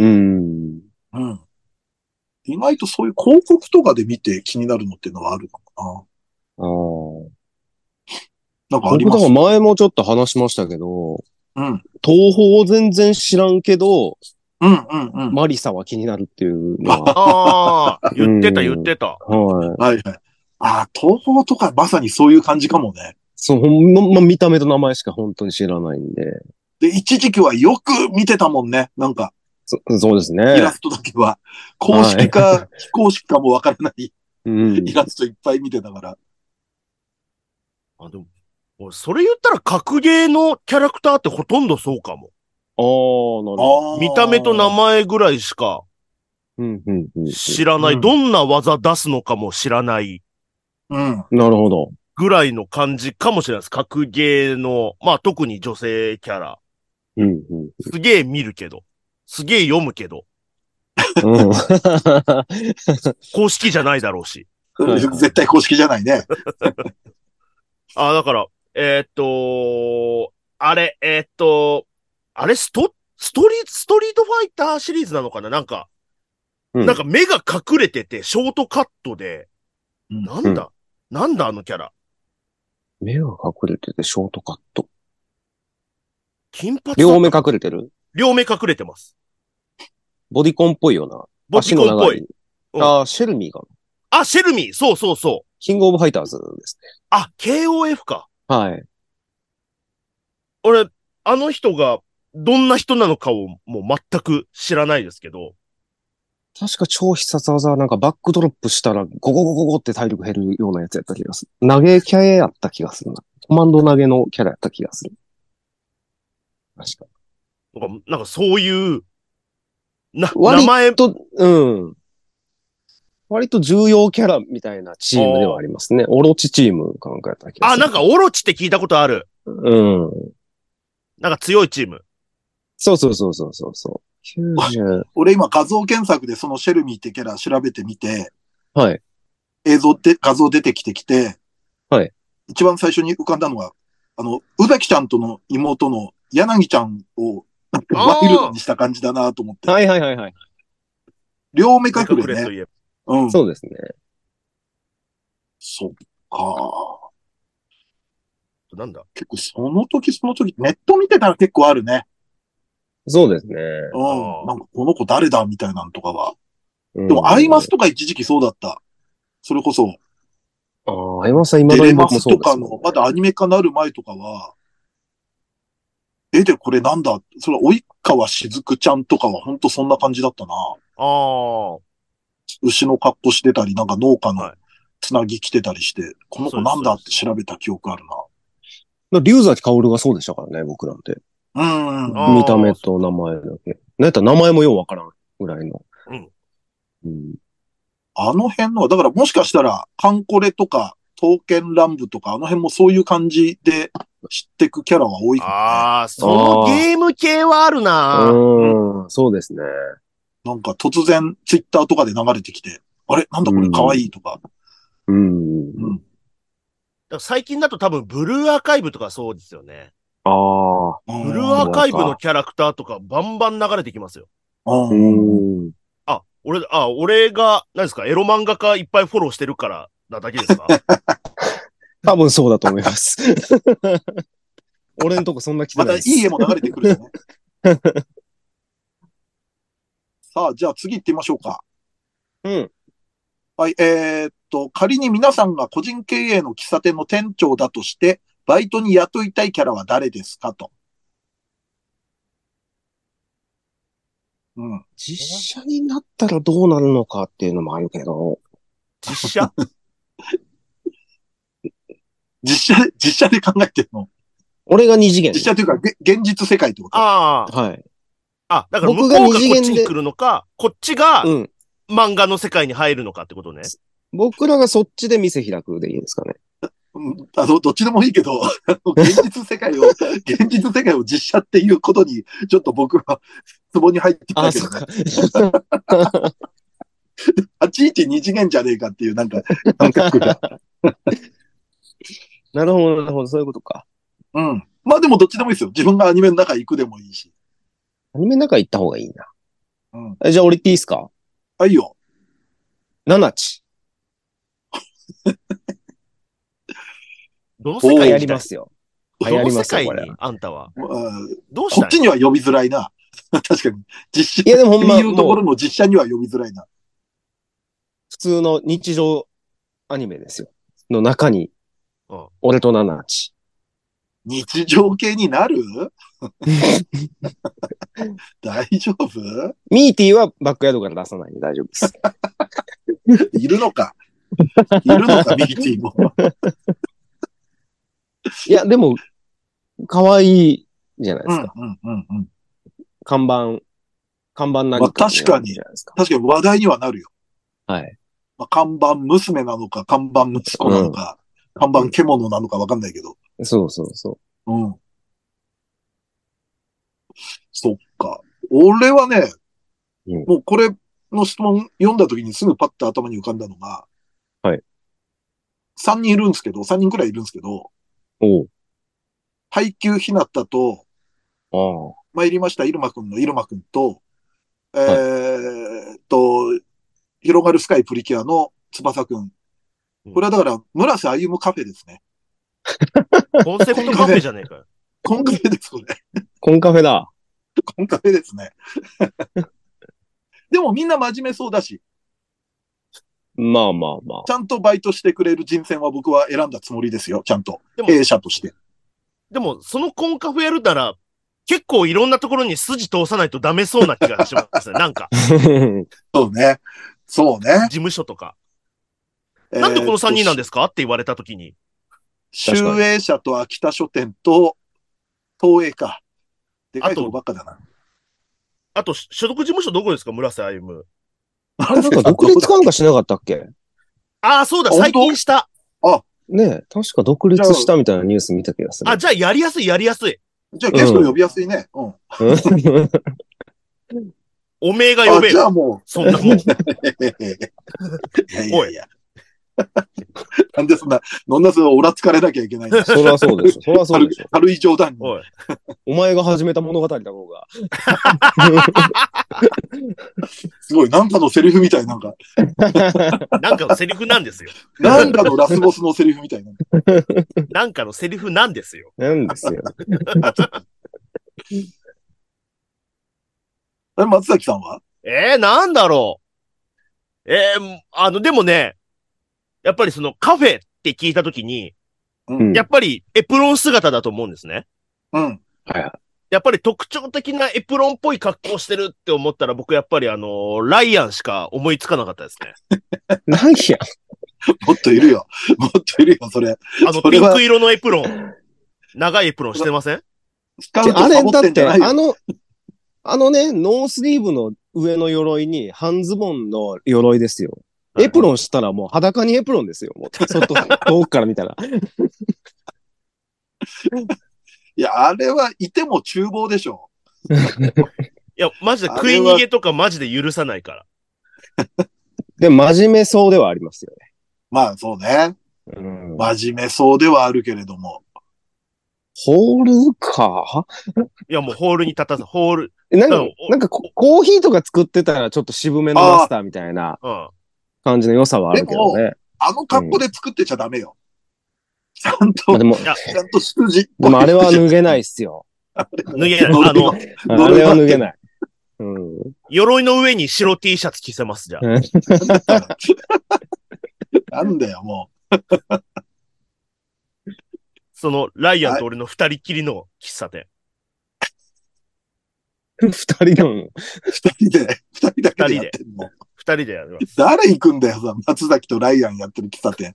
意外とそういう広告とかで見て気になるのっていうのはあるのかな。なんかあります？ 僕前もちょっと話しましたけど、東宝を全然知らんけど、マリサは気になるっていうのは。 ああ、言ってた。 はいはい。東宝とかまさにそういう感じかもね。 そう、見た目と名前しか本当に知らないんで。 で、一時期はよく見てたもんね。なんか。 そうですね。 イラストだけは。公式か非公式かもわからないイラストいっぱい見てたから。 でも、それ言ったら格ゲーのキャラクターってほとんどそうかも。 なるほど。見た目と名前ぐらいしか知らない。どんな技出すのかも知らない。 なるほど。 ぐらいの感じかもしれないです。格ゲーの、まあ特に女性キャラ。すげえ見るけど。すげえ読むけど。公式じゃないだろうし。 絶対公式じゃないね。 だから、あれ、ストリートファイターシリーズなのかななんか目が隠れてて、ショートカットで、なんだあのキャラ。 目が隠れてて、ショートカット。 金髪両目隠れてる？ 両目隠れてます。 ボディコンっぽいような。 ボディコンっぽい。 シェルミーかな。シェルミーそう。 キングオブファイターズですね。KOF か。 はい。 俺、あの人がどんな人なのかをもう全く知らないですけど。 確か超必殺技はなんかバックドロップしたらゴゴゴゴゴって体力減るようなやつやった気がする。投げキャラやった気がするな。コマンド投げのキャラやった気がする。確か。 なんかそういう、名前と、割と重要キャラみたいなチームではありますね。オロチチームかなんかやった気がする。 なんかオロチって聞いたことある。なんか強いチーム。 そう。 俺今画像検索でそのシェルミーってキャラ調べてみて、 はい。 画像出てきて、 はい。 一番最初に浮かんだのが、宇崎ちゃんとの妹の柳ちゃんを、ワイルドにした感じだなと思って。 はい。 両目隠れね。 そうですね。 そっか。 なんだ結構その時、ネット見てたら結構あるね。 そうですね。 なんかこの子誰だみたいなのとかは。でも、アイマスとか一時期そうだった。それこそ。 アイマスは今だに僕もそうです。とかの、まだアニメ化なる前とかは、でこれなんだそれ、及川しずくちゃんとかはほんとそんな感じだったな。牛の格好してたり、なんか農家のつなぎ着てたりして、この子なんだって調べた記憶あるな。 龍崎薫がそうでしたからね、僕なんて。見た目と名前だけ。なんやったら名前もようわからんぐらいの。 あの辺の、だからもしかしたら、カンコレとか、刀剣乱舞とか、あの辺もそういう感じで知ってくキャラは多いかもね。 そのゲーム系はあるな。 そうですね。 なんか突然、ツイッターとかで流れてきて、あれなんだこれ可愛いとか。 最近だと多分、ブルーアーカイブとかそうですよね。 ブルーアーカイブのキャラクターとかバンバン流れてきますよ。俺が、何ですか、エロ漫画家いっぱいフォローしてるからなだけですか？ 多分そうだと思います。俺のとこそんな来てないです。 またいい絵も流れてくるしね。さあ、じゃあ次行ってみましょうか。はい、仮に皆さんが個人経営の喫茶店の店長だとして、バイトに雇いたいキャラは誰ですかと。 うん。 実写になったらどうなるのかっていうのもあるけど。 実写実写で考えてるの？ 俺が二次元。 実写というか、現実世界ってこと？ ああ。はい。 あ、だから向こうがこっちに来るのか、こっちが漫画の世界に入るのかってことね。 僕らがそっちで店開くでいいですかね。 どっちでもいいけど、現実世界を実写っていうことに、ちょっと僕は、ツボに入ってきたけどね。812次元じゃねえかっていう、なんか、感覚が。 なるほど、なるほど、そういうことか。 うん。まあでもどっちでもいいですよ。自分がアニメの中行くでもいいし。 アニメの中行った方がいいな。 うん。 じゃあ、俺言っていいですか？ いいよ。 ナナチ。 どの世界やりますよ。 流行りますよ、これ。あんたは。 どうしたこっちには呼びづらいな。確かに。実写。 いやでもほんま。 いうところの実写には呼びづらいな。 普通の日常アニメですよ。の中に、俺とナナチ。 日常系になる大丈夫？ ミーティーはバックヤードから出さないんで大丈夫です。 いるのかミーティーも。 いや、でも、可愛いじゃないですか。看板何か、 確かに話題にはなるよ。 はい。 看板娘なのか、看板息子なのか、看板獣なのかわかんないけど。 そうそうそう。 うん。そっか。俺はね、もうこれの質問読んだ時にすぐパッと頭に浮かんだのが、 はい。 3人いるんですけど、3人くらいいるんですけど、配給ひなたと、参りましたイルマくんのイルマくんと、広がるスカイプリキュアの翼くん。これはだから、村瀬歩むカフェですね。 コンセプトカフェじゃねえかよ。 コンカフェです、これ。 コンカフェだ。 コンカフェですね。でもみんな真面目そうだし。 まあまあまあ。 ちゃんとバイトしてくれる人選は僕は選んだつもりですよ、ちゃんと。弊社として。 でも、そのコンカフェやるなら、結構いろんなところに筋通さないとダメそうな気がしますね、なんか。 そうね。そうね。 事務所とか。なんでこの3人なんですかって言われたときに。 集英社と秋田書店と東映か。でかいとこばっかだな。 あと、所属事務所どこですか、村瀬歩。 あれなんか独立なんかしなかったっけ？ ああ、そうだ、最近した。 あ、 ねえ、確か独立したみたいなニュース見た気がする。 あ、じゃあやりやすい。じゃあゲスト呼びやすいね。 おめえが呼べよ。 じゃあもう。 そんなもん。 おい。なんでそんなおらつかれなきゃいけないんだ。 そりゃそうでしょ。そりゃそうでしょ。 軽い冗談に。 お前が始めた物語だろうが。 すごい、なんかのセリフみたい、なんか。 なんかのセリフなんですよ。 なんかのラスボスのセリフみたいな。 なんかのセリフなんですよ。 なんですよ。 松崎さんは？ なんだろう。でもね、やっぱりそのカフェって聞いたときに、やっぱりエプロン姿だと思うんですね。 うん。 やっぱり特徴的なエプロンっぽい格好してるって思ったら僕やっぱりライアンしか思いつかなかったですね。 ライアンもっといるよ、それ。 ピンク色のエプロン。長いエプロンしてません？ あれだって、ね、ノースリーブの上の鎧に半ズボンの鎧ですよ。エプロンしたらもう裸にエプロンですよ。もう遠くから見たら。 いや、あれはいても厨房でしょ。 いや、マジで食い逃げとかマジで許さないから。 でも真面目そうではありますよね。 まあそうね。真面目そうではあるけれども。 ホールか？ いや、もうホールに立たず、ホール。 なんかコーヒーとか作ってたらちょっと渋めのマスターみたいな感じの良さはあるけどね。 でも、あの格好で作ってちゃダメよ。ちゃんと出自。 でもあれは脱げないっすよ。 脱げない。 あれは脱げない。 鎧の上に白 T シャツ着せます、じゃあ。 なんだよ、もう。その、ライアンと俺の二人きりの喫茶店。 二人なの？ 二人だけでやってんの？ 二人でやります。 誰行くんだよ、さ、松崎とライアンやってる喫茶店。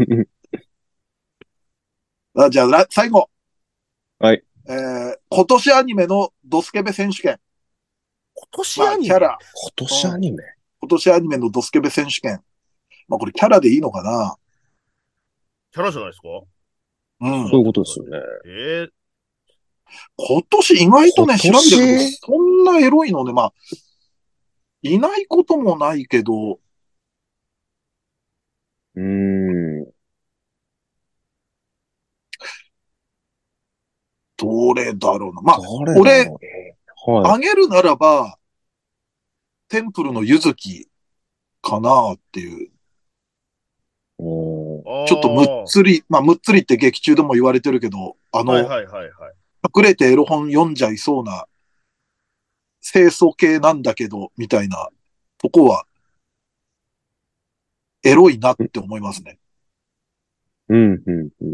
じゃあ、最後。 はい。 今年アニメのドスケベ選手権。 今年アニメ、 今年アニメ、 今年アニメのドスケベ選手権。まあこれキャラでいいのかな？ キャラじゃないですか？ うん。 そういうことですよね。 今年意外とね、調べたけど、そんなエロいのね、まあ、いないこともないけど。どれだろうな。まあ、俺、あげるならば、テンプルのゆずきかなっていう。ちょっとむっつり、まあ、むっつりって劇中でも言われてるけど、隠れてエロ本読んじゃいそうな、清楚系なんだけど、みたいなとこは、エロいなって思いますね。うん。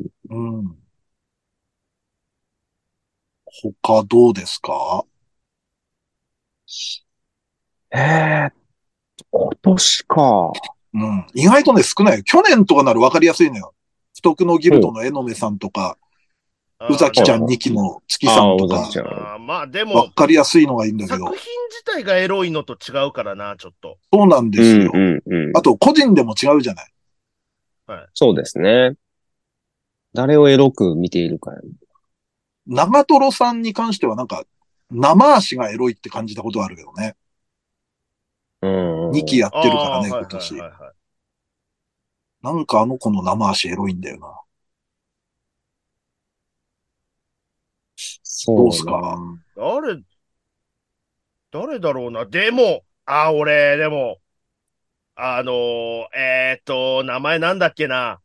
他どうですか？ 今年か。 うん。意外とね、少ないよ。去年とかなら分かりやすいのよ。不徳のギルドの江ノさんとか、宇崎ちゃん2期の月さんとか。 まあでも、 分かりやすいのがいいんだけど。 作品自体がエロいのと違うからな、ちょっと。 そうなんですよ。あと、個人でも違うじゃない。 はい。そうですね。誰をエロく見ているか。 長瀞さんに関してはなんか、生足がエロいって感じたことあるけどね。2期やってるからね、今年。なんかあの子の生足エロいんだよな。どうすか？ 誰だろうな。でも、俺、でも、名前なんだっけな。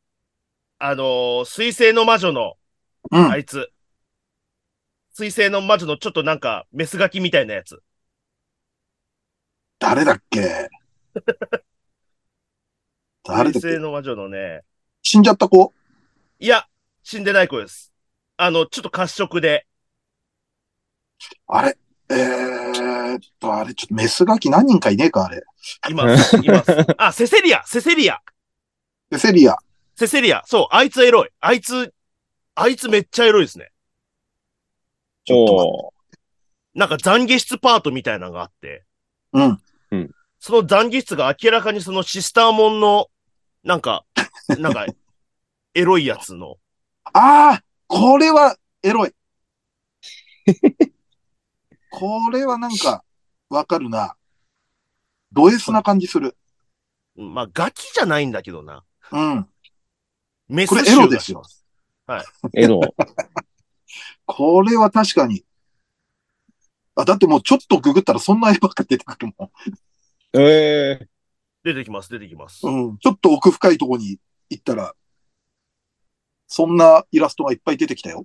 水星の魔女の、あいつ。水星の魔女のちょっとなんか、メスガキみたいなやつ。 誰だっけ？ 水星の魔女のね。 死んじゃった子？ いや、死んでない子です。ちょっと褐色で。 あれあれ、ちょっとメスガキ何人かいねえか、あれ。 います。セセリア。 セセリア。そう、あいつエロい。あいつめっちゃエロいですね。 ちょっと待って。 なんか懺悔室パートみたいなのがあって。 うん。 その懺悔室が明らかにそのシスターモンの、なんか、エロいやつの。 これはエロい。これはなんか、わかるな。ド S な感じする。 まあ、ガキじゃないんだけどな。 うん。 メスこれエロですよ。 はい。 エロ。 これは確かに。だってもうちょっとググったらそんな絵ばっか出てくるもん。 出てきます。 うん。ちょっと奥深いところに行ったら、そんなイラストがいっぱい出てきたよ。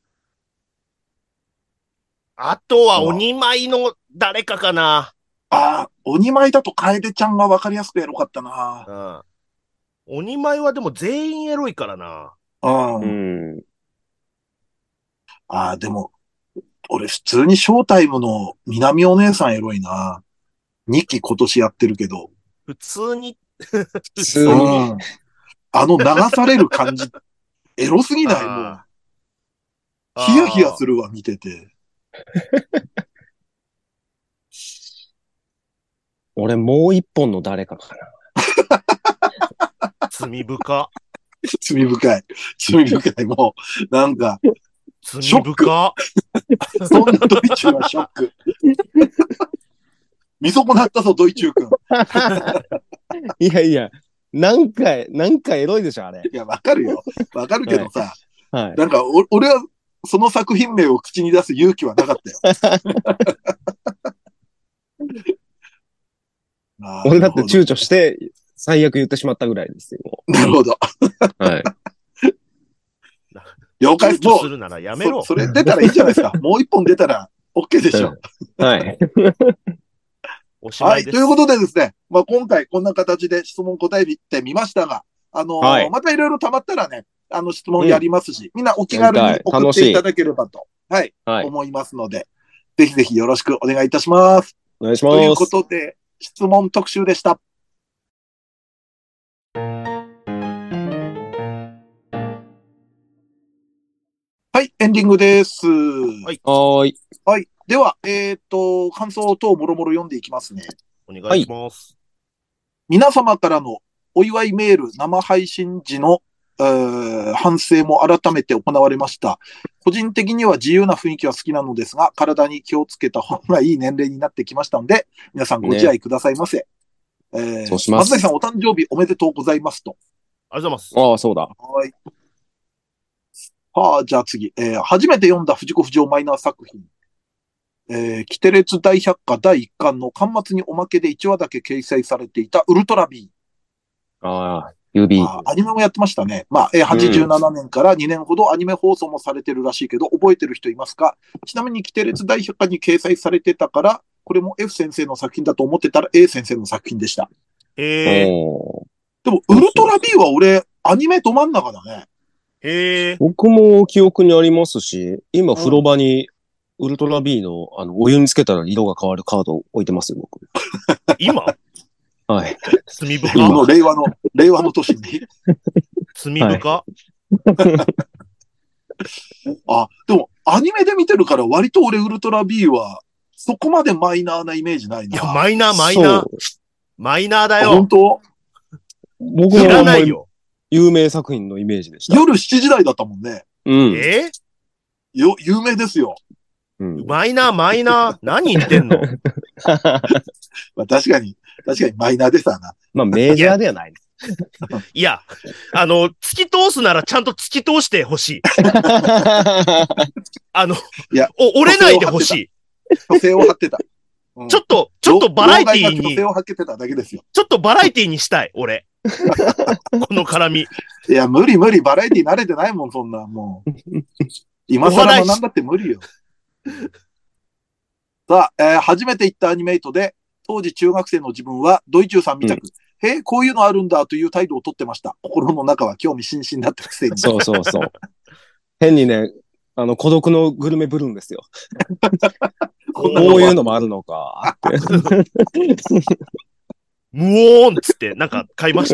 あとは鬼舞の誰かかな。 鬼舞だと楓ちゃんがわかりやすくエロかったな。 鬼舞はでも全員エロいからな。 でも、俺普通にショータイムの南お姉さんエロいな。2期今年やってるけど。 普通に流される感じ、エロすぎない？もう。ヒヤヒヤするわ、見てて。 俺もう一本の誰かかな。罪深。 罪深い。もう、なんか、 罪深。 そんなドイチューはショック。見損なったぞ、ドイチュー君。 いや、なんかエロいでしょ、あれ。 いや、わかるよ。わかるけどさ、なんか、俺は、その作品名を口に出す勇気はなかったよ。 俺だって躊躇して、最悪言ってしまったぐらいですよ。 なるほど。 はい。 了解です。 するならやめろ。 それ出たらいいじゃないですか。もう一本出たら OK でしょ。 はい。 はい。ということでですね、まあ、今回こんな形で質問答えてみましたが、またいろいろ溜まったらね、質問やりますし、みんなお気軽に送っていただければと、思いますので、 ぜひぜひよろしくお願いいたします。 お願いします。 ということで、質問特集でした。はい、エンディングです。 はい。 はい。では、感想等もろもろ読んでいきますね。 お願いします。 皆様からのお祝いメール、生配信時の、反省も改めて行われました。個人的には自由な雰囲気は好きなのですが、体に気をつけた方がいい年齢になってきましたので、皆さんご自愛くださいませ。 そうします。 松崎さんお誕生日おめでとうございますと。 ありがとうございます。 ああ、そうだ。 はい。じゃあ次、初めて読んだ藤子不二雄マイナー作品。キテレツ大百科第1巻の巻末におまけで1話だけ掲載されていたウルトラ B。 ああ、指。 アニメもやってましたね。まあ、87年から2年ほどアニメ放送もされてるらしいけど、覚えてる人いますか？ちなみにキテレツ大百科に掲載されてたから、これも F 先生の作品だと思ってたら A 先生の作品でした。 でも、ウルトラ B は俺、アニメど真ん中だね。 僕も記憶にありますし、今風呂場にウルトラ B の、お湯につけたら色が変わるカードを置いてますよ、僕。 今はい。 罪深この令和の年に。 罪深、はい 、でも、アニメで見てるから割と俺ウルトラ B は、そこまでマイナーなイメージないな。 いや、マイナー。マイナーだよ。 本当？ 僕も知らないよ。有名作品のイメージでした。 夜7時台だったもんね。 うん。 有名ですよ。 うん、マイナー。何言ってんのまあ確かにマイナーでしたな。 まあメジャーではない。 いや、突き通すならちゃんと突き通してほしい。折れないでほしい。 虚勢を張ってた。 うん、ちょっとバラエティーに。 虚勢を張ってただけですよ。 ちょっとバラエティーにしたい、俺。この絡み。 いや、無理、バラエティー慣れてないもん、そんな、もう。今更のなんだって無理よ。さあ、初めて行ったアニメイトで、当時中学生の自分はドイチューさんみたく、へえ、こういうのあるんだという態度をとってました。心の中は興味津々だったくせに。 そう。変にね、孤独のグルメブルーンですよ。こういうのもあるのか。 無音っつって、なんか買いました。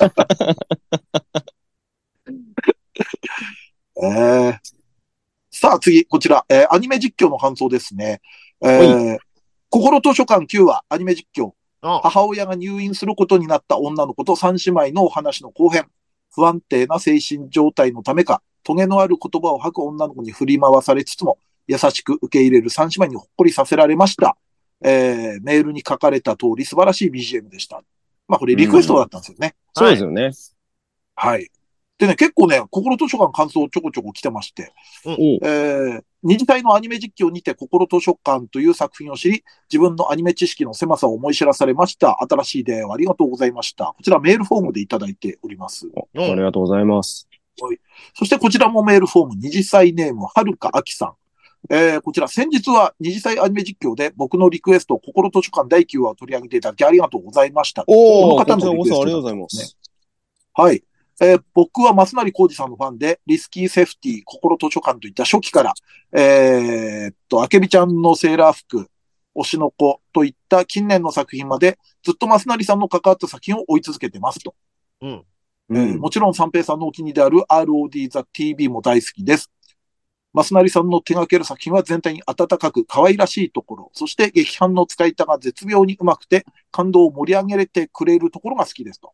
さあ次、こちら、アニメ実況の感想ですね。心図書館9話、アニメ実況。母親が入院することになった女の子と三姉妹のお話の後編。不安定な精神状態のためか、トゲのある言葉を吐く女の子に振り回されつつも、優しく受け入れる三姉妹にほっこりさせられました。メールに書かれた通り素晴らしい BGM でした。まあこれリクエストだったんですよね。 そうですよね。 はい。でね、結構ね、心図書館感想ちょこちょこ来てまして、二次会のアニメ実況にて心図書館という作品を知り、自分のアニメ知識の狭さを思い知らされました。新しい出会いをありがとうございました。こちらメールフォームでいただいております。 ありがとうございます。 はい。そしてこちらもメールフォーム、二次祭ネーム、はるかあきさん。こちら先日は二次祭アニメ実況で僕のリクエスト、心図書館第9話を取り上げていただきありがとうございました。 この方のリクエスト、ありがとうございます。 はい。僕は増成浩二さんのファンで、リスキーセーフティー、心図書館といった初期から、あけびちゃんのセーラー服、推しの子といった近年の作品まで、ずっと増成さんの関わった作品を追い続けてますと。もちろん三平さんのお気に入りである ROD The TV も大好きです。増成さんの手掛ける作品は全体に温かく可愛らしいところ、そして劇伴の使い方が絶妙にうまくて、感動を盛り上げてくれるところが好きですと。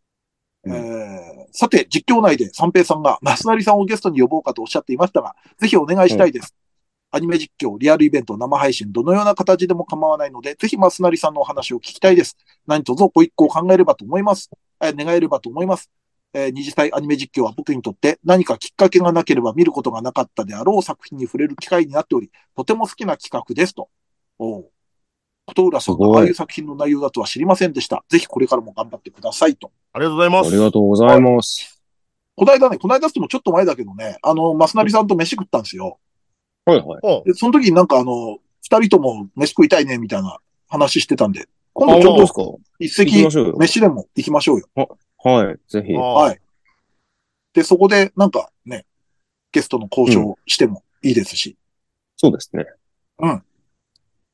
さて、実況内で三平さんが増成さんをゲストに呼ぼうかとおっしゃっていましたが、ぜひお願いしたいです。アニメ実況、リアルイベント、生配信、どのような形でも構わないので、ぜひ増成さんのお話を聞きたいです。何卒ご一行考えればと思います。願えればと思います。二次祭アニメ実況は僕にとって何かきっかけがなければ見ることがなかったであろう作品に触れる機会になっており、とても好きな企画ですと。琴浦さんがああいう作品の内容だとは知りませんでした。ぜひこれからも頑張ってくださいと。 ありがとうございます。 ありがとうございます。 この間ってもちょっと前だけどね、増成さんと飯食ったんですよ。 はいはい。 でその時になんか二人とも飯食いたいねみたいな話してたんで、今度ちょっと一席飯でも行きましょうよ。 はい、ぜひ。 はい。で、そこでなんかね、ゲストの交渉してもいいですし。 そうですね。 うん。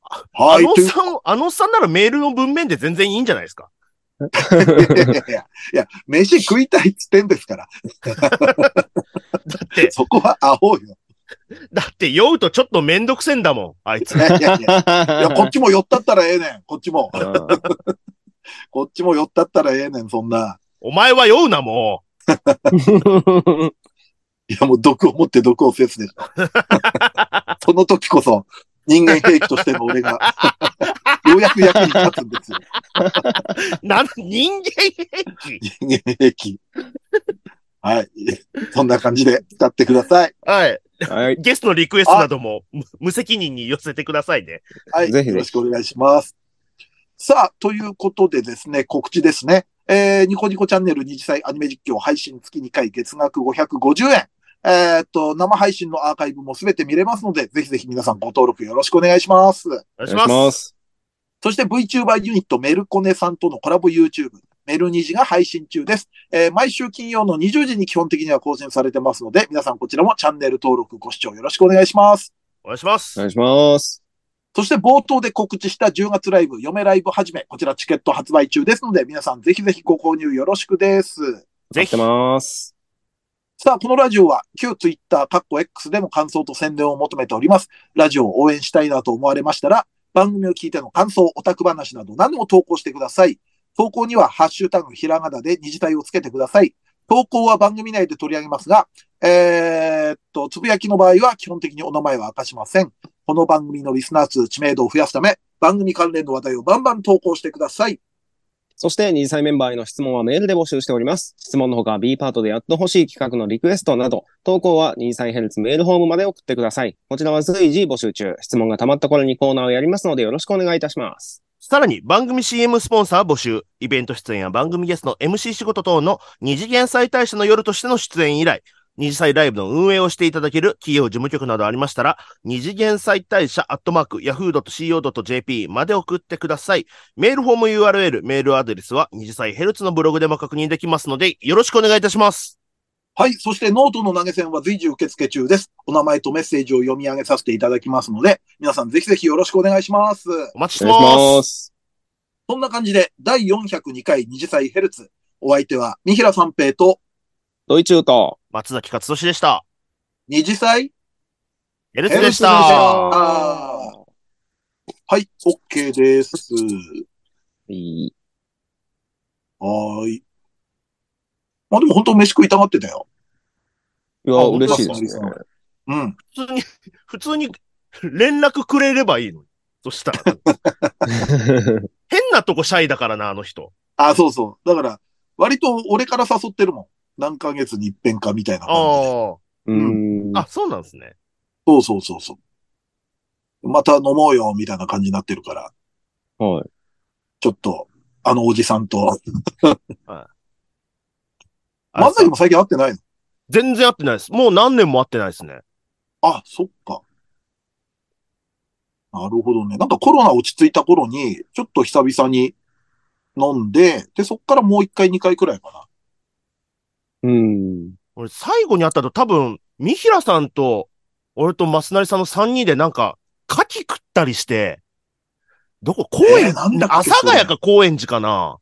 はい。 あのさんならメールの文面で全然いいんじゃないですか。 いや、飯食いたいっつってんですから。 だって、 そこはアホよ。 だって酔うとちょっとめんどくせんだもん、あいつ。 いや、こっちも寄ったったらええねん、こっちも。こっちも寄ったったらええねん、そんな。 お前は酔うな、もう。いや、もう毒を持って毒を制すでしょ。その時こそ、人間兵器としての俺が、ようやく役に立つんですよ。 人間兵器人間兵器。はい。そんな感じで使ってください。 はい。ゲストのリクエストなども無責任に寄せてくださいね。 はい。よろしくお願いします。さあ、ということでですね、告知ですね。ニコニコチャンネル二次祭アニメ実況配信月2回月額550円。生配信のアーカイブもすべて見れますので、ぜひぜひ皆さんご登録よろしくお願いします。お願いします。 そして VTuber ユニットメルコネさんとのコラボ YouTube、メルニジが配信中です。毎週金曜の20時に基本的には更新されてますので、皆さんこちらもチャンネル登録ご視聴よろしくお願いします。 お願いします。 お願いします。 そして冒頭で告知した10月ライブ、嫁ライブはじめ、こちらチケット発売中ですので、皆さんぜひぜひご購入よろしくです。 ぜひ。待ってます。 さあ、このラジオは旧ツイッター、X での感想と宣伝を求めております。ラジオを応援したいなと思われましたら、番組を聞いての感想、オタク話など何でも投稿してください。投稿にはハッシュタグひらがなで二次体をつけてください。投稿は番組内で取り上げますが、つぶやきの場合は基本的にお名前は明かしません。この番組のリスナー数、知名度を増やすため、番組関連の話題をバンバン投稿してください。 そして、二次祭メンバーへの質問はメールで募集しております。質問のほか B パートでやってほしい企画のリクエストなど、投稿は二次祭ヘルツメールフォームまで送ってください。こちらは随時募集中。質問が溜まった頃にコーナーをやりますのでよろしくお願いいたします。 さらに番組 CM スポンサー募集、イベント出演や番組ゲストの MC 仕事等の二次元祭大社の夜としての出演以来、二次祭ライブの運営をしていただける企業事務局などありましたら、二次元祭大社@yahoo.co.jp まで送ってください。メールフォーム URL、メールアドレスは二次祭ヘルツのブログでも確認できますので、よろしくお願いいたします。 はい。そしてノートの投げ銭は随時受付中です。お名前とメッセージを読み上げさせていただきますので、皆さんぜひぜひよろしくお願いします。 お待ちしてます。 そんな感じで、第402回二次祭ヘルツ。お相手は、三平三平と、 ドイチューと、 松崎勝利でした。 二次祭ヘルツでした。 はい、OK です。はい。まあでも本当飯食いたがってたよ。 いや、嬉しいですね。 うん。 普通に連絡くれればいいのに。そしたら。変なとこシャイだからな、あの人。 あ、そうそう。だから、割と俺から誘ってるもん。何ヶ月に一遍かみたいな感じで。あ、そうなんですね。 そうそうそうそう。また飲もうよ、みたいな感じになってるから。 はい。 ちょっと、あのおじさんと。はい。漫才も最近会ってないの？ 全然会ってないです。もう何年も会ってないですね。 あ、そっか。なるほどね。なんかコロナ落ち着いた頃に、ちょっと久々に飲んで、で、そっからもう1回、2回くらいかな。 俺、最後に会ったと多分、三平さんと、俺と増成さんの3人でなんか、牡蠣食ったりして、どこ公園、なんだっけ、阿佐ヶ谷か高円寺かな。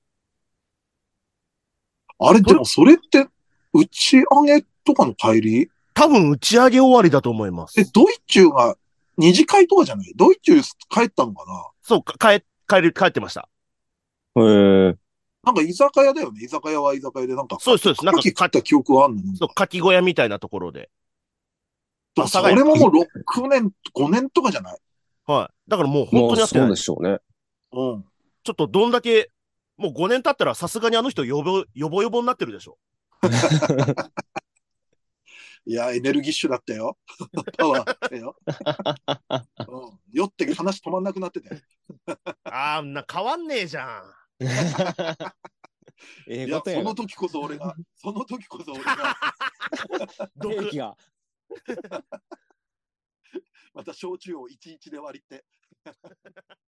あれ、でもそれって、打ち上げとかの帰り？ 多分打ち上げ終わりだと思います。 ドイチューが二次会とかじゃない？ドイチュー帰ったのかな？ そう、帰ってました。 なんか居酒屋だよね。居酒屋は居酒屋でなんか。 そうです。 なんか食った記憶はあるの？ そう、牡蠣小屋みたいなところで。 それももう6年、5年とかじゃない？ はい。だからもう本当にやってない。 そうでしょうね。 うん。 ちょっとどんだけ、もう5年経ったらさすがにあの人ヨボになってるでしょ。 いや、エネルギッシュだったよ。パワーだったよ。うん、酔って話止まんなくなってて。 あんな変わんねえじゃん。 いや、その時こそ俺が。 毒気が。 また焼酎を11で割って。